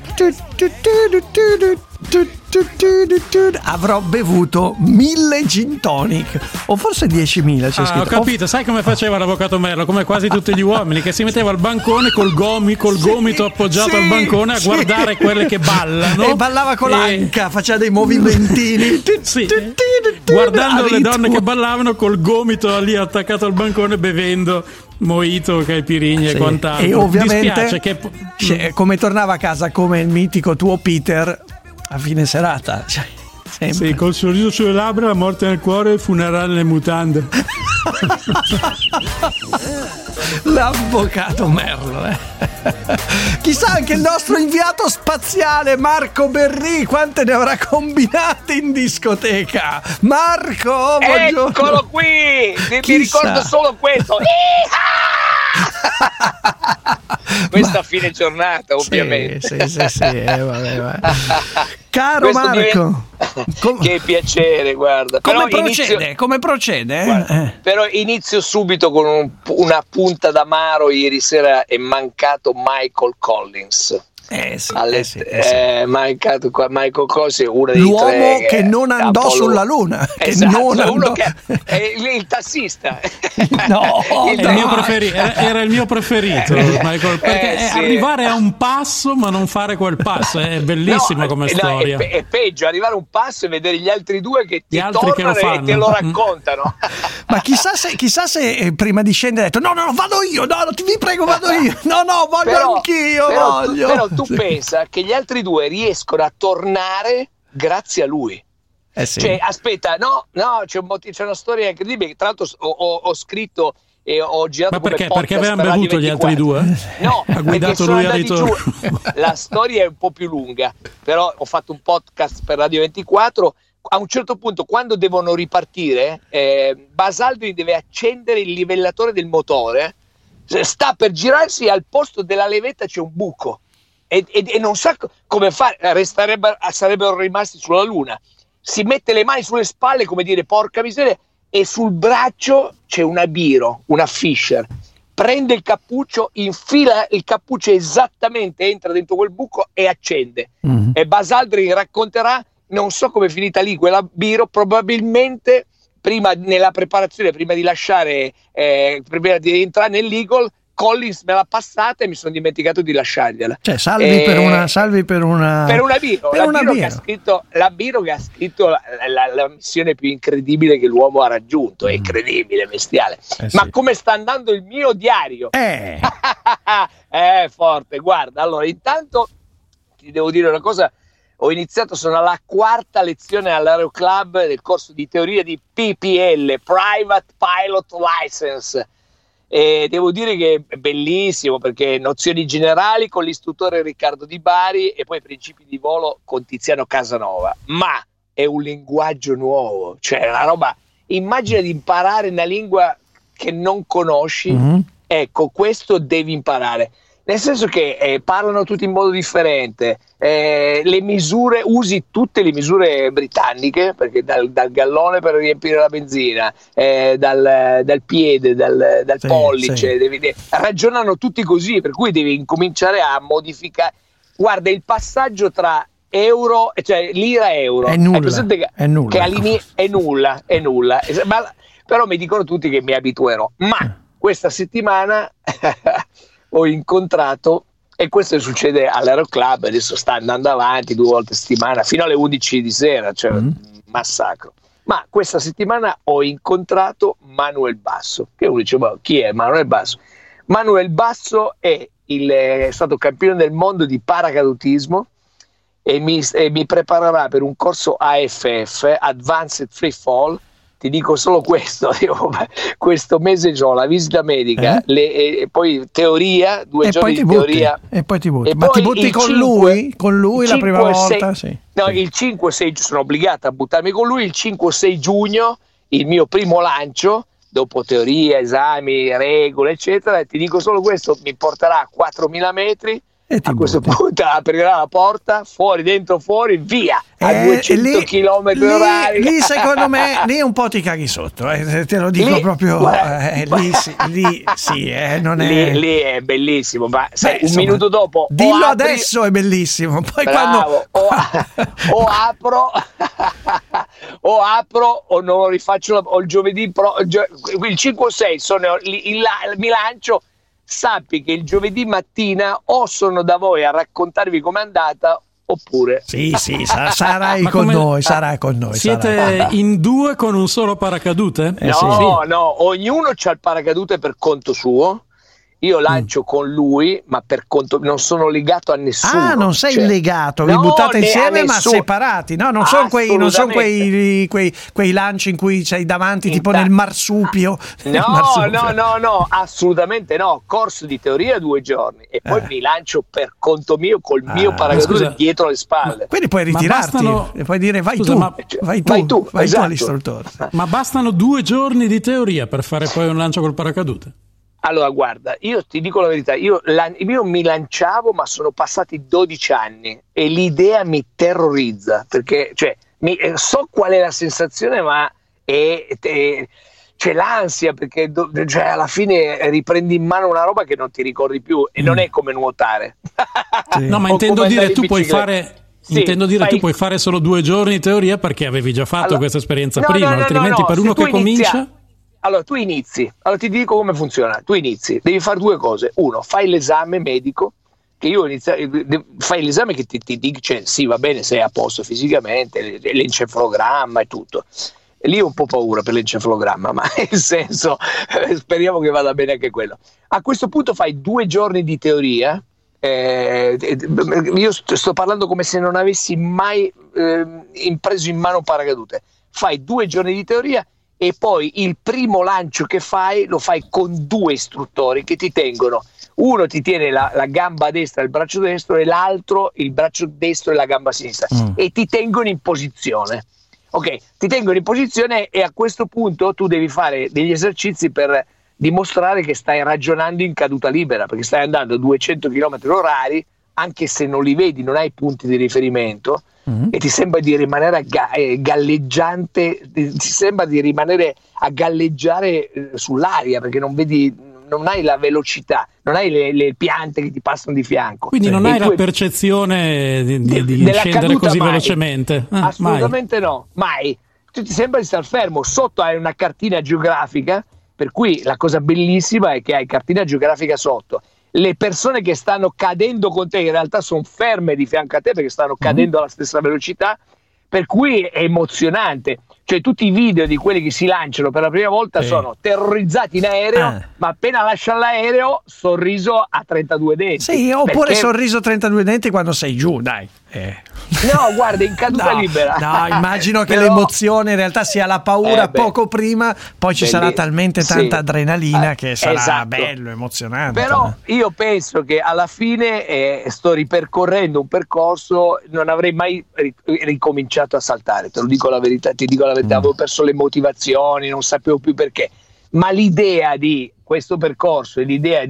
avrò bevuto mille gin tonic o forse diecimila c'è ah, scritto. Ho capito, sai come faceva l'avvocato Merlo? Come quasi tutti gli uomini, che si metteva al bancone col, gomi, col sì, gomito appoggiato sì, al bancone a sì. guardare quelle che ballano e ballava con e... l'anca, faceva dei movimentini sì. guardando le donne che ballavano col gomito lì attaccato al bancone bevendo mojito, caipirinha sì. e quant'altro. E ovviamente che... cioè, come tornava a casa come il mitico tuo Peter a fine serata, cioè, sì, col sorriso sulle labbra, la morte nel cuore e il funerale nelle mutande. L'avvocato Merlo, eh. Chissà anche il nostro inviato spaziale Marco Berri quante ne avrà combinate in discoteca. Marco, buongiorno. Eccolo qui, mi, mi ricordo solo questo. Questa fine giornata, ovviamente. Sì, sì, sì, sì eh, vabbè, vabbè. Caro questo Marco, diventa... che piacere, guarda. Come però procede? Inizio... Come procede? Guarda, eh. Però inizio subito con un, una punta d'amaro. Ieri sera è mancato Michael Collins. Eh sì, Alle, eh sì, eh sì. È mancato qua Michael Collins, è uno dei l'uomo tre che non andò Apollo. sulla luna, che esatto, non uno andò... che è il, il tassista. No, il, il mio preferi- era, era il mio preferito, Michael, perché eh, sì. arrivare a un passo ma non fare quel passo è bellissimo no, come no, storia. È, pe- è peggio arrivare a un passo e vedere gli altri due che ti gli altri tornano che lo e te lo raccontano. Ma chissà se, chissà se eh, prima di scendere ha detto no no no vado io, no, no vi prego vado io, no no voglio però, anch'io però voglio. Tu, però tu sì. pensa che gli altri due riescono a tornare grazie a lui. Eh sì. Cioè aspetta, no no c'è, un motivo, c'è una storia incredibile. Tra l'altro ho, ho, ho scritto e ho girato ma perché? come Perché avevano per bevuto gli altri due? No, ha guidato lui a ritorno. La storia è un po' più lunga, però ho fatto un podcast per Radio ventiquattro. A un certo punto, quando devono ripartire, eh, Buzz Aldrin deve accendere il livellatore del motore, sta per girarsi e al posto della levetta c'è un buco e, e, e non sa come fare, resterebbero, sarebbero rimasti sulla luna. Si mette le mani sulle spalle come dire porca miseria e sul braccio c'è una Biro, una Fisher, prende il cappuccio, infila il cappuccio esattamente, entra dentro quel buco e accende. Mm-hmm. E Buzz Aldrin racconterà, non so come è finita lì quella Biro, probabilmente prima nella preparazione, prima di lasciare, eh, prima di entrare nell'Eagle, Collins me l'ha passata e mi sono dimenticato di lasciargliela. Cioè salvi eh, per una salvi per una per una Biro, per la, una Biro Biro. Che ha scritto, la Biro che ha scritto la, la, la missione più incredibile che l'uomo ha raggiunto, è incredibile, bestiale. Eh, Ma sì. come sta andando il mio diario? Eh. È forte, guarda, allora intanto ti devo dire una cosa. Ho iniziato, sono alla quarta lezione all'Aero Club del corso di teoria di P P L, Private Pilot License, e devo dire che è bellissimo perché nozioni generali con l'istruttore Riccardo Di Bari e poi principi di volo con Tiziano Casanova, ma è un linguaggio nuovo, cioè una roba, immagina di imparare una lingua che non conosci, mm-hmm. Ecco, questo devi imparare. nel senso che eh, parlano tutti in modo differente, eh, le misure, usi tutte le misure britanniche, perché dal, dal gallone per riempire la benzina, eh, dal, dal piede, dal, dal sì, pollice, sì. Devi, de- ragionano tutti così, per cui devi incominciare a modificare. Guarda, il passaggio tra euro, cioè lira e euro, è nulla, presente che, è nulla, che all'ini- è nulla, è nulla. Ma, però mi dicono tutti che mi abituerò, ma questa settimana ho incontrato, e questo succede all'Aeroclub, adesso sta andando avanti due volte a settimana fino alle undici di sera, cioè mm. massacro. Ma questa settimana ho incontrato Manuel Basso, che uno dice, ma chi è Manuel Basso? Manuel Basso è, il, è stato campione del mondo di paracadutismo e mi, e mi preparerà per un corso A F F, Advanced Free Fall. Ti dico solo questo, io questo mese ho la visita medica, eh? le, e, e poi teoria, due e giorni poi di teoria. E poi ti butti. E Ma poi ti butti con cinque, lui? Con lui la prima volta? sei, sì. No, sì. il cinque sei sono obbligata a buttarmi con lui, il cinque sei giugno, il mio primo lancio, dopo teoria, esami, regole, eccetera, e ti dico solo questo, mi porterà a quattromila metri. E a questo butti. punto aprirà la porta, fuori, dentro, fuori, via, a eh, duecento chilometri orari. Lì secondo me, lì un po' ti caghi sotto, eh, te lo dico lì, proprio, guarda, eh, lì, sì, lì sì, eh, non è... Lì, lì è bellissimo, ma sai, Beh, un insomma, minuto dopo... Dillo apri... adesso è bellissimo, poi Bravo, quando... O, o apro... o apro o non lo rifaccio, o il giovedì... Pro, il cinque sei sono, il, il, mi lancio... Sappi che il giovedì mattina o sono da voi a raccontarvi com'è andata oppure sì sì sa- sarai con come... noi sarai con noi siete sarai. In due con un solo paracadute? Eh, no sì. no ognuno c'ha il paracadute per conto suo. Io lancio mm. con lui, ma per conto non sono legato a nessuno. Ah, non sei cioè, legato, vi no, buttate insieme ma separati. No, non sono quei, non son quei, quei, quei lanci in cui sei davanti in tipo ta- nel marsupio. No, nel marsupio. no, no, no, assolutamente no. Corso di teoria due giorni e poi eh. mi lancio per conto mio col ah, mio paracadute dietro le spalle. Ma quindi puoi ritirarti bastano... e puoi dire vai scusa, tu, ma... vai tu, vai tu, vai esatto. tu all'istruttore. Ma bastano due giorni di teoria per fare poi un lancio col paracadute? Allora guarda, io ti dico la verità, io, la, io mi lanciavo ma sono passati dodici anni e l'idea mi terrorizza perché cioè, mi, so qual è la sensazione ma è, è, c'è l'ansia perché do, cioè, alla fine riprendi in mano una roba che non ti ricordi più e mm. non è come nuotare. Sì. No, ma intendo dire tu puoi fare... Sì, Intendo dire fai... tu puoi fare solo due giorni di teoria perché avevi già fatto allora, questa esperienza no, prima, no, no, altrimenti no, no, per uno che inizia... comincia... Allora, tu inizi, allora ti dico come funziona, tu inizi, devi fare due cose, uno, fai l'esame medico, che io inizio, fai l'esame che ti, ti dice sì va bene, sei a posto fisicamente, l'encefalogramma e tutto, e lì ho un po' paura per l'encefalogramma, ma nel senso, speriamo che vada bene anche quello. A questo punto fai due giorni di teoria, eh, io sto parlando come se non avessi mai eh, preso in mano un paracadute, fai due giorni di teoria, e poi il primo lancio che fai lo fai con due istruttori che ti tengono, uno ti tiene la, la gamba destra e il braccio destro e l'altro il braccio destro e la gamba sinistra mm. e ti tengono in posizione, ok, ti tengono in posizione e a questo punto tu devi fare degli esercizi per dimostrare che stai ragionando in caduta libera, perché stai andando a duecento chilometri orari anche se non li vedi, non hai punti di riferimento mm-hmm. e ti sembra di rimanere ga- eh, galleggiante, ti sembra di rimanere a galleggiare eh, sull'aria perché non vedi, non hai la velocità, non hai le, le piante che ti passano di fianco. Quindi cioè, non hai la è... percezione di, di, di scendere così mai. velocemente? Ah, Assolutamente mai. no, mai. Tu ti sembra di star fermo, sotto hai una cartina geografica, per cui la cosa bellissima è che hai cartina geografica sotto. Le persone che stanno cadendo con te in realtà sono ferme di fianco a te perché stanno cadendo mm. alla stessa velocità, per cui è emozionante. Cioè tutti i video di quelli che si lanciano per la prima volta sì. sono terrorizzati in aereo, ah. ma appena lasciano l'aereo sorriso a trentadue denti. Sì, oppure perché... sorriso a trentadue denti quando sei giù, dai. Eh. No, guarda, in caduta no, libera. No, immagino che Però... l'emozione in realtà sia la paura eh poco prima, poi ci Belli... sarà talmente tanta sì. adrenalina eh, che sarà esatto. bello, emozionante. Però io penso che alla fine eh, sto ripercorrendo un percorso, non avrei mai ricominciato a saltare, te lo dico la verità, ti dico la verità, mm. avevo perso le motivazioni, non sapevo più perché, ma l'idea di questo percorso e l'idea di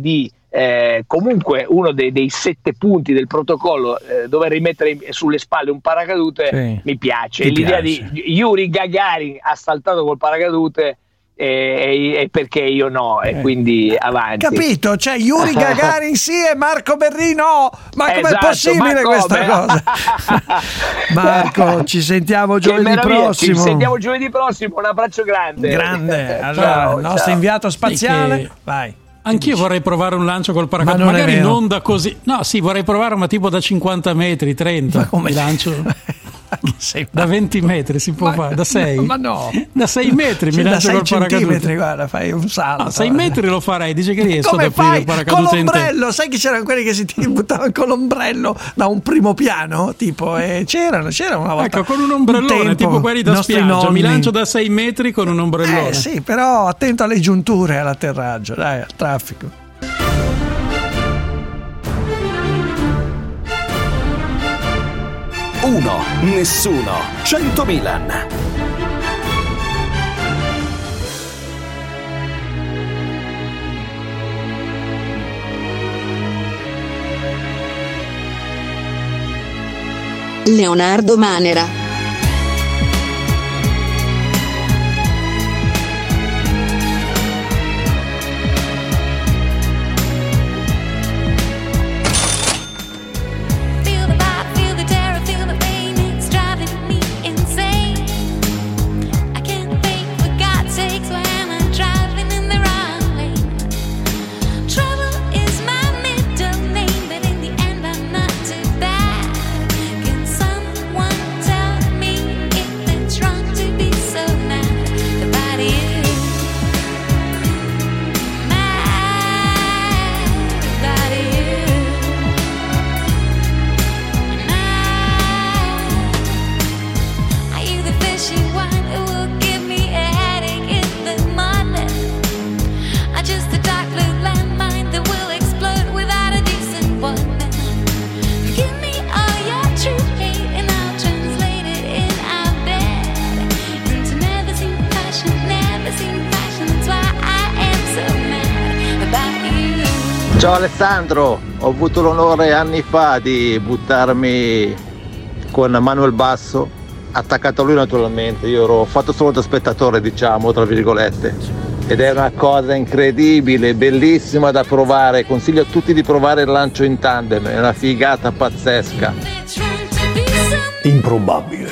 eh, comunque uno dei, dei sette punti del protocollo, eh, dover rimettere sulle spalle un paracadute, sì, mi piace. Ti L'idea piace. di Yuri Gagarin ha saltato col paracadute, e, e perché io no, e quindi avanti. Capito? Cioè Yuri Gagarin sì e Marco Berri no, ma com'è Esatto, possibile ma questa come? cosa? Marco, ci sentiamo Che giovedì meraviglia, prossimo. Ci sentiamo giovedì prossimo, un abbraccio grande. Grande. Allora, Ciao, il nostro ciao. inviato spaziale, Sì, che- vai. Anch'io vorrei provare un lancio col Ma paracadute, non è magari vero. non da così. No, sì, vorrei provare, ma tipo da cinquanta metri, trenta. Mi lancio. Da venti metri si può Ma- fare, da sei. ma no. Da sei metri Cioè, mi da lancio sei col paracadute. centimetri, guarda, fai un salto. A sei metri lo farei, dice che riesco Come ad aprire fai? il Con paracadute in te. l'ombrello, sai che c'erano quelli che si ti buttavano con l'ombrello da un primo piano, tipo, e c'erano, c'erano una volta. Ecco, con un ombrellone, tempo, tipo quelli da nostri spiaggia, nonni. mi lancio da sei metri con un ombrellone. Eh sì, però attento alle giunture e all'atterraggio, dai, al traffico. Uno, nessuno, cento Milan. Leonardo Manera. Feel the vibe, feel the terror, feel the pain. It's driving me insane. I can't think, for God's sakes, why am I driving in the wrong lane? Trouble is my middle name, but in the end I'm not too bad. Can someone tell me if it's wrong to be so mad about you? Mad about you. Are you the fishy one who will give me a headache in the morning? Or just a dark blue landmine that will explode without a decent warning? Give me all your true hate and I'll translate it in our bed into never seen passion, never seen passion. That's why I am so mad about you. Ciao Alessandro, ho avuto l'onore anni fa di buttarmi con Manuel Basso, attaccato a lui naturalmente, io ero fatto solo da spettatore, diciamo, tra virgolette, ed è una cosa incredibile, bellissima da provare, consiglio a tutti di provare il lancio in tandem, è una figata pazzesca. Improbabile.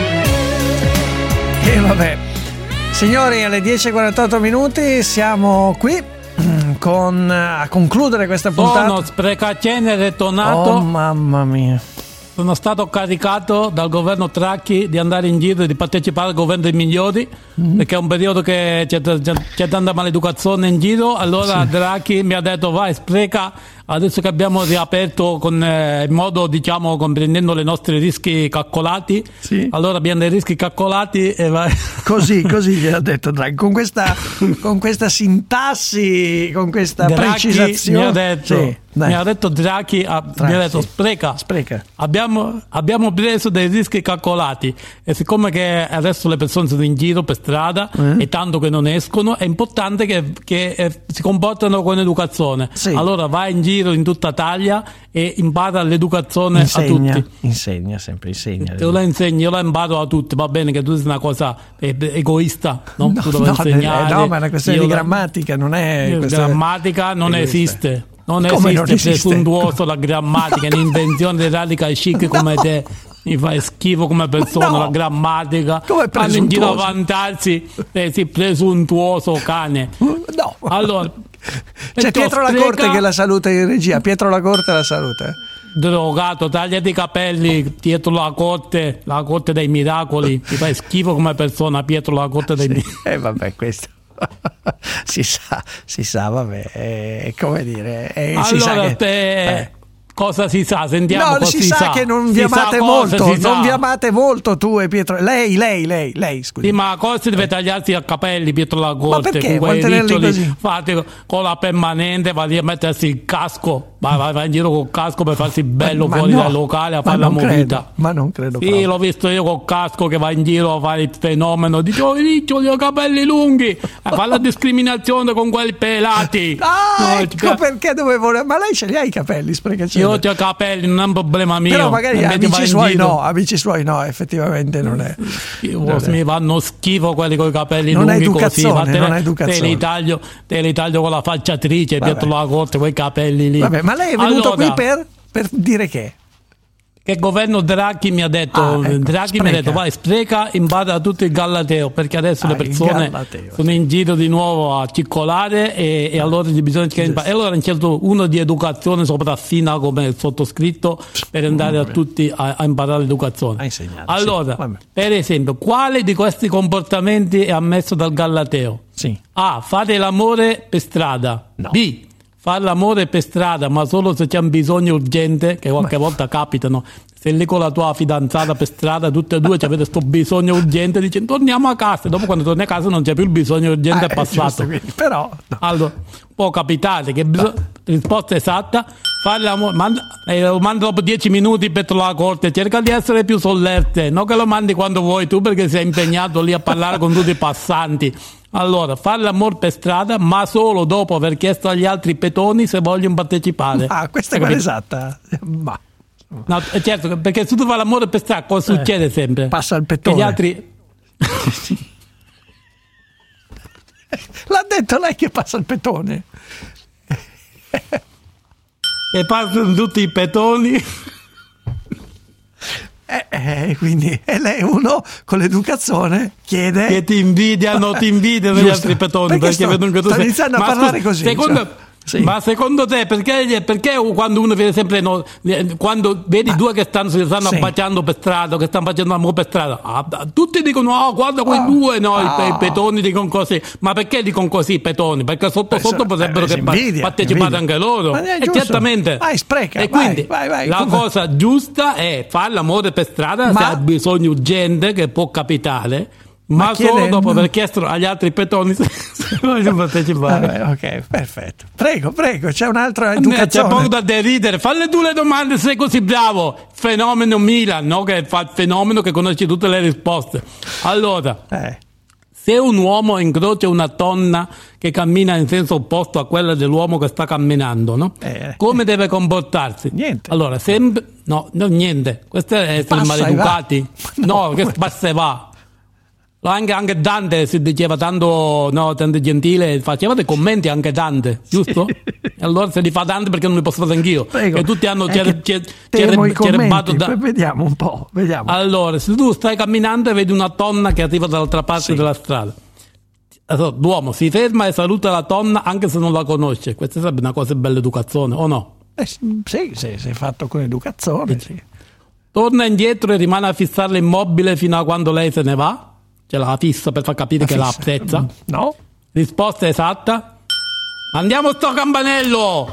E vabbè. Signori, alle dieci e quarantotto minuti siamo qui mm, con a concludere questa puntata. Sono sprecacenere tonato. Oh mamma mia. Sono stato caricato dal governo Tracchi di andare in giro e di partecipare al governo dei migliori, Mm. perché è un periodo che c'è, c'è, c'è tanta maleducazione in giro. Allora Sì. Draghi mi ha detto vai, spreca, adesso che abbiamo riaperto con, eh, in modo, diciamo, comprendendo le nostre rischi calcolati, Sì. allora abbiamo dei rischi calcolati e vai. Così, così gliel'ha detto Draghi, con questa, con questa sintassi, con questa Draghi precisazione. mi ha detto, Sì, dai. mi ha detto Draghi, ha, mi ha detto sì. spreca, Spreca. Abbiamo, abbiamo preso dei rischi calcolati e siccome che adesso le persone sono in giro per strada Eh? e tanto che non escono, è importante che, che eh, si comportano con educazione. Sì. Allora vai in giro in tutta Italia e impara l'educazione Insegna, a tutti. insegna sempre, insegna. Io la insegno, io la imparo a tutti, va bene che tu sei una cosa eh, egoista, no? No, tu devi no, insegnare. no, ma è una questione io di la- grammatica, non è io- questa- grammatica non egoista. esiste. Non Come non esiste esiste? presuntuoso la grammatica, è un'invenzione dei radical chic come te. Mi fai schifo come persona, No. la grammatica. Come Vanno in giro a presuntuoso? vantarsi, eh, sì, presuntuoso cane. No. Allora, C'è perché Pietro La spreca- Corte che la saluta in regia. Pietro La Corte la saluta. Drogato, tagliati i capelli, Pietro La Corte, la Corte dei miracoli. Mi fai schifo come persona, Pietro La Corte dei miracoli. E eh, vabbè, questo si sa, si sa, vabbè, è come dire, è, si sa Allora, che, te, eh. Cosa si sa? Sentiamo No, cosa si, sa, che non vi Si amate sa cosa, molto, si non sa. vi amate molto tu e Pietro. Lei, lei, lei, lei, scusi. Sì, ma cosa deve tagliarsi i capelli Pietro la Corte? perché? Con quei Vuol tenerli riccioli così? fatti con la permanente, va lì a mettersi il casco, va, va, va in giro col casco per farsi bello Ma fuori no, dal locale a ma fare la non movita. credo, ma non credo Sì, proprio. l'ho visto io col casco che va in giro a fare il fenomeno. Dice, oh, i riccioli, ho capelli lunghi. A fare la discriminazione con quelli pelati. Ah, No, ecco perché dovevo. Ma lei ce li ha i capelli, sprecazione. io ho i capelli, non è un problema mio. Però magari Invece vai amici in suoi giro. no, amici suoi no, effettivamente non è. Io, non è. mi vanno schifo quelli con i capelli Non è lunghi così. educazione, ma te, non è te educazione. li taglio, te li taglio con la falciatrice Vabbè. dietro la corte, quei capelli lì. Vabbè, ma lei è venuto Allora, qui per, per dire che? che il governo Draghi mi ha detto, Ah, ecco, Draghi mi ha spreca. detto vai, spreca in base a tutto il Gallateo, perché adesso Ah, le il persone Gallateo. sono in giro di nuovo a circolare e, e allora gli bisogna che e allora hanno chiesto uno di educazione sopraffina come il sottoscritto per andare a tutti a, a imparare l'educazione. A insegnare, Allora, sì, vabbè. per esempio, quale di questi comportamenti è ammesso dal Gallateo? Sì. A. Fare l'amore per strada. No. B. Fare l'amore per strada, ma solo se c'è un bisogno urgente, che qualche volta capitano. Se lì con la tua fidanzata per strada, tutte e due avete questo bisogno urgente, dici torniamo a casa. E dopo quando torni a casa non c'è più il bisogno urgente, Ah, è è passato. giusto, quindi, però no. Allora, può capitare che bis- risposta esatta, fare l'amore, manda, eh, lo manda dopo dieci minuti per la corte, cerca di essere più sollerte, non che lo mandi quando vuoi tu perché sei impegnato lì a parlare con tutti i passanti. Allora, fare l'amore per strada, ma solo dopo aver chiesto agli altri petoni se vogliono partecipare. Ah, questa è Hai quella capito? esatta. Ma No, eh, certo, perché se tu fai l'amore per strada, cosa Eh, succede sempre? passa il Che petone. gli altri... L'ha detto lei che passa il petone. E passano tutti i petoni... Eh, eh, quindi e lei uno con l'educazione chiede che ti invidiano, ti invidiano gli Giusto. altri petoni Perché perché sto- vedono che tu sto sei... iniziando a Ma parlare scusa, così, secondo, cioè, sì. ma secondo te perché, perché quando uno vede sempre no, eh, quando vedi due che stanno, si stanno sì. baciando per strada, che stanno facendo amore per strada, ah, tutti dicono oh guarda quei Ah. due, no, i, Ah. i petoni dicono così. Ma perché dicono così i petoni? Perché sotto Eh, sotto so- potrebbero eh, che si pa- invidia, partecipare invidia. anche loro. Ma è E giusto. certamente. Vai, spreca, E vai, quindi vai, vai, la come- cosa giusta è fare l'amore per strada Ma- se hai bisogno urgente che può capitare. Ma, Ma solo chiedendo- dopo aver chiesto agli altri petoni se, se vogliono partecipare. Vabbè, ok, perfetto. Prego, prego, c'è un'altra A me C'è educazione. poco da deridere. Falle tu le domande, sei così bravo. Fenomeno Milan, no? Che fa il fenomeno che conosci tutte le risposte. Allora, Eh, se un uomo incrocia una donna che cammina in senso opposto a quella dell'uomo che sta camminando, no? Eh. Come deve comportarsi? Niente. Allora, sempre... No, no, niente. Questo è essere Passa e maleducati. va. No, No, che passa e va. Anche, anche Dante si diceva tanto, no, tanto gentile, faceva dei commenti anche Dante, giusto? E allora se li fa Dante perché non li posso fare anch'io? prego. Che tutti hanno È cer- che cer- temo cer- i commenti, cerbato da... poi vediamo un po', vediamo. Allora, se tu stai camminando e vedi una donna che arriva dall'altra parte Sì. della strada, allora, l'uomo si ferma e saluta la donna anche se non la conosce. Questa sarebbe una cosa di bella educazione, o no? Eh, sì, sì, sì, se è fatto con educazione, sì. Torna indietro e rimane a fissare l'immobile fino a quando lei se ne va. Ce la fissa per far capire La che la fissa. apprezza. No? Risposta esatta. Andiamo sto campanello!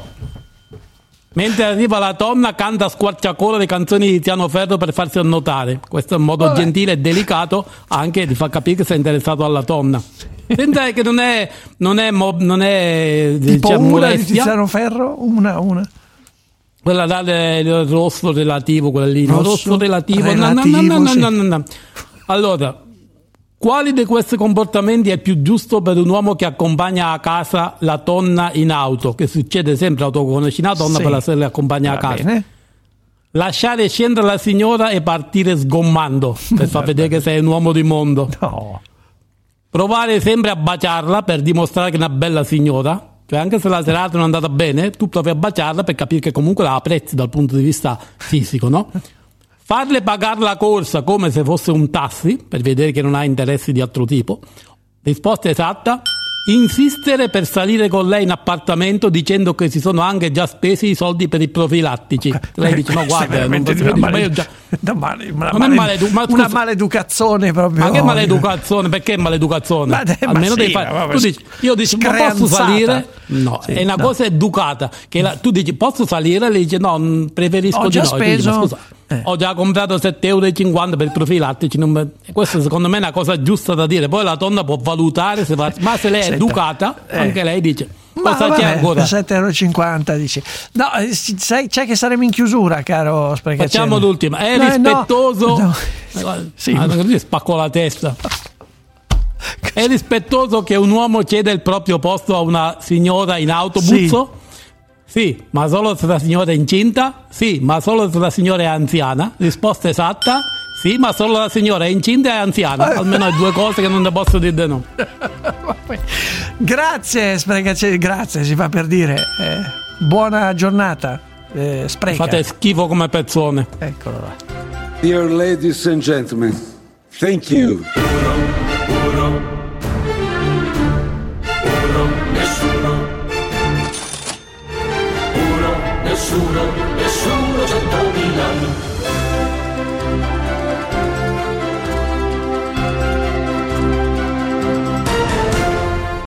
Mentre arriva la donna canta a squarciagola le canzoni di Tiziano Ferro per farsi annotare. Questo è un modo Vabbè. gentile e delicato anche di far capire che sei interessato alla donna. Senta che non è non è, mo- non è Tipo diciamo, una di molestia. Tiziano Ferro, una, una. Quella là del rosso relativo, quella lì, no? Rosso rosso relativo. No, no, no, relativo, no, no, sì. no, no, no. Allora, quali di questi comportamenti è più giusto per un uomo che accompagna a casa la donna in auto? Che succede sempre, autoconosci una donna Sì. per la sera le accompagna a Va casa. bene. Lasciare scendere la signora e partire sgommando per far vedere che sei un uomo di mondo. No. Provare sempre a baciarla per dimostrare che è una bella signora. Cioè anche se la serata non è andata bene, tu provi a baciarla per capire che comunque la apprezzi dal punto di vista fisico, no? Farle pagare la corsa come se fosse un tassi per vedere che non ha interessi di altro tipo. Risposta esatta. insistere per salire con lei in appartamento dicendo che si sono anche già spesi i soldi per i profilattici. Lei dice no guarda non posso dire, ma io già... una, male, una, non male, è maledu- ma una maleducazione proprio. Ma che maleducazione? Perché maleducazione? Ma de- Almeno ma devi sì, fare. ma Tu dici, io dico ma posso salire? No, sì, è una no. cosa educata che la, tu dici posso salire? Lei dice no, preferisco Ho di già no. speso Dici, ma scusa, eh. ho già comprato sette euro e cinquanta per i profilattici. Non me... Questo secondo me è una cosa giusta da dire. Poi la donna può valutare se va... ma se lei è Senta, educata eh. anche lei dice ma cosa c'è ancora? sette euro e cinquanta dici. No, sai, c'è che saremo in chiusura, caro Sprecacello. Facciamo l'ultima. È no, rispettoso no, no. Sì. Ah, così spacco la testa. È rispettoso che un uomo ceda il proprio posto a una signora in autobus? Sì, sì, ma solo se la signora è incinta? Sì, ma solo se la signora è anziana? Risposta esatta? Sì, ma solo la signora è incinta e anziana. Almeno è due cose che non ne posso dire no. Grazie, Sprecacello, grazie, si fa per dire. Eh, buona giornata. Eh, spreca. Fate schifo come persone. Eccolo là. Dear ladies and gentlemen, thank you. Nessuno, nessuno, centomila.